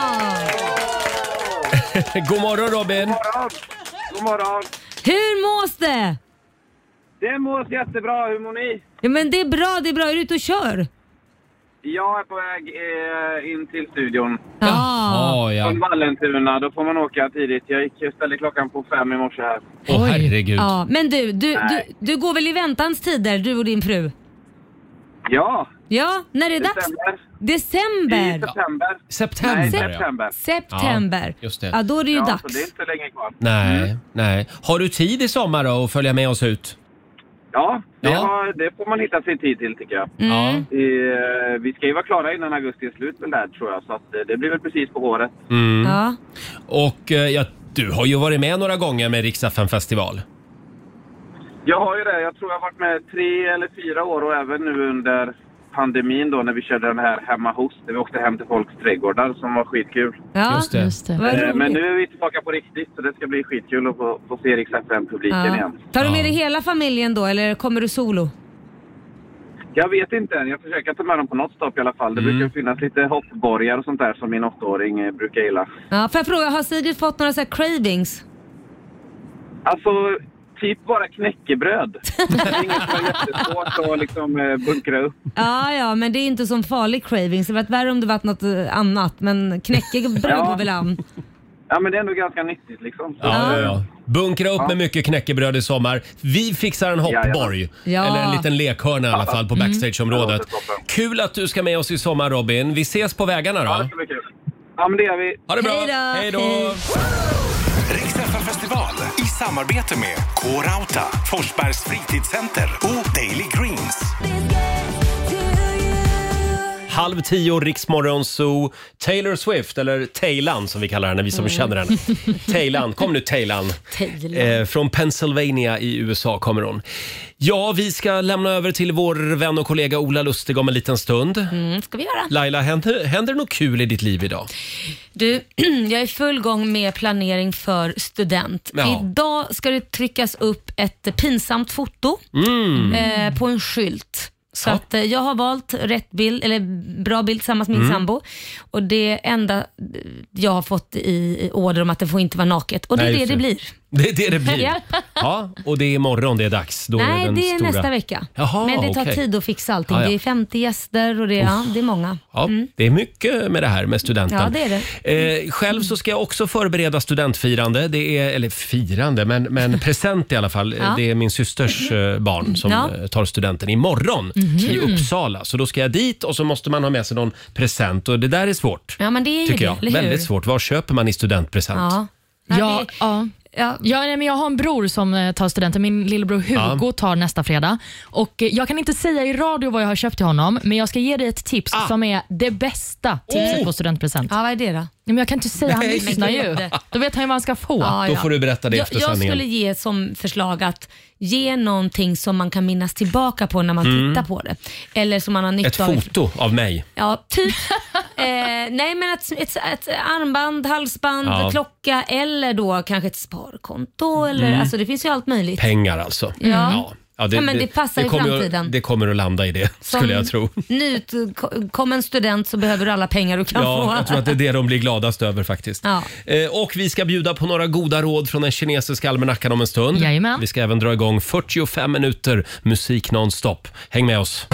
God morgon Robin. God morgon. God morgon. Hur mås det? Det mås jättebra. Hur mår ni? Ja, men det är bra, det är bra. Är du ute och kör? Jag är på väg eh, in till studion. Ja. ja. Från Vallentuna, då får man åka tidigt. Jag gick och ställde klockan på fem i morse här. Åh oh, herregud. Ja, men du, du, du, du går väl i väntans tider, du och din fru? Ja. Ja, när är det dags? December. I september. September, Nej, ja. september. September. Ja, just det. Ja, då är det ju ja, dags. Så det är inte länge kvar. Nej, mm. nej. Har du tid i sommar då att följa med oss ut? Ja, det, ja. Har, det får man hitta sin tid till tycker jag. Mm. Ja. Eh, vi ska ju vara klara innan augusti är slut väl där tror jag. Så att, eh, det blir väl precis på året. Mm. Ja. Och eh, jag Du har ju varit med några gånger med Rix F M-festival. Jag har ju det. Jag tror jag har varit med tre eller fyra år och även nu under pandemin då när vi körde den här hemma hos. Där vi åkte hem till folks trädgårdar som var skitkul. Ja, just det. Just det. Men nu är vi tillbaka på riktigt så det ska bli skitkul att få, få se Rix F M-publiken ja. igen. Tar du med dig hela familjen då eller kommer du solo? Jag vet inte än. Jag försöker ta med dem på något stopp i alla fall. Det mm. brukar finnas lite hoppborgar och sånt där som min åttaåring eh, brukar gilla. Ja, får jag fråga, har Sigrid fått några så här cravings? Alltså, typ bara knäckebröd. Det är inget som är jättesvårt att liksom eh, bunkra upp. Ja, ja, men det är inte som farlig cravings. Det var värre om det var något annat, men knäckebröd ja. går väl an. Ja, men det är ändå ganska nyttigt liksom. Ja, ja, ja. Bunkra upp ja. med mycket knäckebröd i sommar. Vi fixar en hoppborg. Ja. Eller en liten lekhörna i alla fall på backstageområdet. Mm. Kul att du ska med oss i sommar, Robin. Vi ses på vägarna då. Ja, det ska bli kul. Ja, men det gör vi. Ha det bra. Hej då. Hej då. Rix F M-festival i samarbete med K-Rauta, Forsbergs fritidscenter och Daily Greens. Halv tio, Riksmorgon Zoo. Taylor Swift, eller Taylan som vi kallar henne, vi som mm. känner henne. Taylan, kom nu Taylan. Eh, från Pennsylvania i U S A kommer hon. Ja, vi ska lämna över till vår vän och kollega Ola Lustig om en liten stund. Mm, ska vi göra. Laila, händer, händer det något kul i ditt liv idag? Du, jag är full gång med planering för student. Ja. Idag ska det tryckas upp ett pinsamt foto mm. eh, på en skylt. Så ja. att eh, jag har valt rätt bild, eller bra bild tillsammans med min mm. sambo. Och det enda jag har fått i order om att det får inte vara naket. Och det är Nej, det det blir. Det är det det blir. Ja, och det är imorgon det är dags. Då Nej, är den det är stora... nästa vecka. Jaha, men det tar okay. tid att fixa allting. Ja, ja. Det är femtio gäster och det, ja, det är många. Ja, mm. det är mycket med det här med studenten. Ja, det är det. Eh, själv så ska jag också förbereda studentfirande. Det är, eller firande, men, men present i alla fall. Ja. Det är min systers eh, barn som ja. tar studenten imorgon mm-hmm. i Uppsala. Så då ska jag dit och så måste man ha med sig någon present. Och det där är svårt. Ja, men det är tycker jag. det, Väldigt svårt. Vad köper man i studentpresent? Ja. Ja, ja. Ja. Ja, men jag har en bror som tar studenten. Min lillebror Hugo ja. tar nästa fredag. Och jag kan inte säga i radio vad jag har köpt till honom, men jag ska ge dig ett tips ah. som är det bästa tipset oh. på studentpresent. Ja, vad är det då? Men jag kan inte säga, han lyssnar ju. Då vet han ju vad han ska få. Ja, ja. Då får du berätta det jag, efter jag sändningen. Jag skulle ge som förslag att ge någonting som man kan minnas tillbaka på när man mm. tittar på det. Eller som man har nytta ett av. Ett foto av mig. Ja, typ. eh, nej, men ett, ett, ett armband, halsband, ja. klocka eller då kanske ett sparkonto. Eller, mm. alltså, det finns ju allt möjligt. Pengar alltså. Ja. ja. Ja, det, ja, men det passar det, det i framtiden. Att, det kommer att landa i det, som skulle jag tro. Nu kom en student så behöver du alla pengar du kan ja, få. Jag tror att det är det de blir gladast över faktiskt. Ja. Eh, och vi ska bjuda på några goda råd från den kinesiska almanackan om en stund. Jajamän. Vi ska även dra igång fyrtiofem minuter musik nonstop. Häng med oss.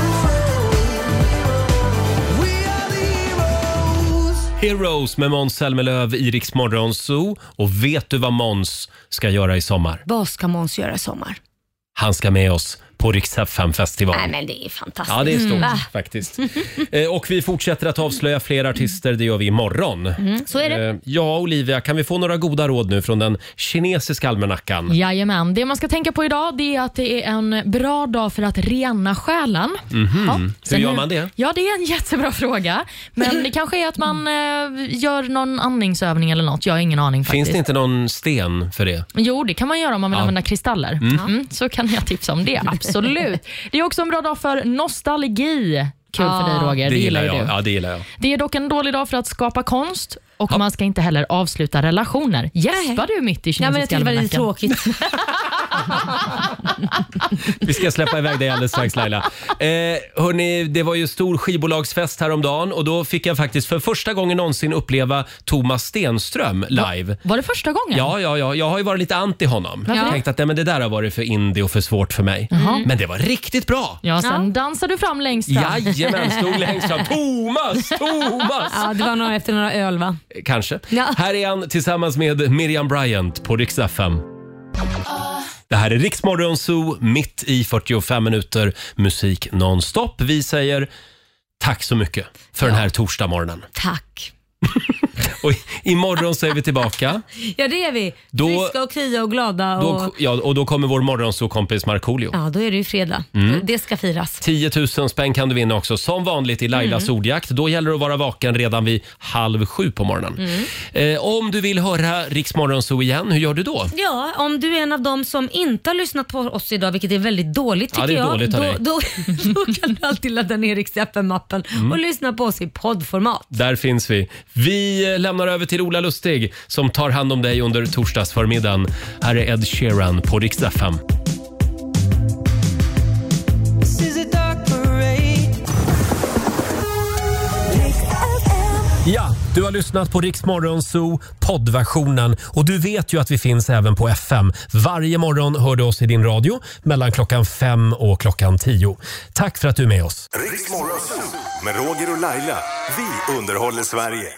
Heroes med Måns Zelmerlöw i Rix Morgon Zoo. Och vet du vad Måns ska göra i sommar? Vad ska Måns göra i sommar? Han ska med oss på Rix F M-festival. Nej, men det är fantastiskt. Ja, det är stort mm. faktiskt. eh, och vi fortsätter att avslöja fler artister. Det gör vi imorgon. Mm, så är det. Eh, ja, Olivia, kan vi få några goda råd nu från den kinesiska almanackan? Jajamän. Det man ska tänka på idag det är att det är en bra dag för att rena själen. Mm-hmm. Ja. Hur gör man det? Ja, det är en jättebra fråga. Men det kanske är att man eh, gör någon andningsövning eller något. Jag har ingen aning faktiskt. Finns det inte någon sten för det? Jo, det kan man göra om man vill ja. använda kristaller. Mm. Mm, så kan jag tipsa om det. Absolut. Det är också en bra dag för nostalgi. Kul ah, för dig, Roger. Det, det gillar gillar jag. du. Ja, det gillar jag. Det är dock en dålig dag för att skapa konst. Och ja. man ska inte heller avsluta relationer. Gäspar du mitt i kinesiska ja, men jag tycker det var lite tråkigt. Vi ska släppa iväg dig alldeles strax, Laila. Eh, hörni, det var ju stor skivbolagsfest häromdagen och då fick jag faktiskt för första gången någonsin uppleva Thomas Stenström live. Va? Var det första gången? Ja, ja, ja. Jag har ju varit lite anti honom. Ja. Jag tänkte att nej, men det där har varit för indie och för svårt för mig. Mm. Men det var riktigt bra. Ja, sen ja. dansade du fram längst fram. Jajamän, stod längst fram. Thomas, Thomas! Ja, det var några efter några öl, va? Kanske. Ja. Här är han tillsammans med Miriam Bryant på Rix F M. Det här är Rix Morgon Zoo, mitt i fyrtiofem minuter musik nonstop. Vi säger tack så mycket för ja. den här torsdagsmorgonen. Tack. Och imorgon så är vi tillbaka. Ja, det är vi. Då- Friska och krya och glada. Och... Då, ja, och då kommer vår morgonsåkompis Markoolio. Ja, då är det ju fredag. Mm. Det ska firas. tio tusen spänn kan du vinna också, som vanligt i Lailas Mm. ordjakt. Då gäller det att vara vaken redan vid halv sju på morgonen. Mm. Eh, om du vill höra Rix Morgonzoo igen, hur gör du då? Ja, om du är en av dem som inte har lyssnat på oss idag, vilket är väldigt dåligt tycker Ja, det är jag. dåligt av då, dig. då, då kan du alltid ladda ner Rix F M-appen Mm. och lyssna på oss i poddformat. Där finns vi. Vi eh, lämnar över till Ola Lustig som tar hand om dig under torsdagsförmiddagen. Här är Ed Sheeran på Rix F M. Ja, du har lyssnat på Rix Morgonzoo poddversionen och du vet ju att vi finns även på F M. Varje morgon hör du oss i din radio mellan klockan fem och klockan tio. Tack för att du är med oss. Rix Morgonzoo med Roger och Laila. Vi underhåller Sverige.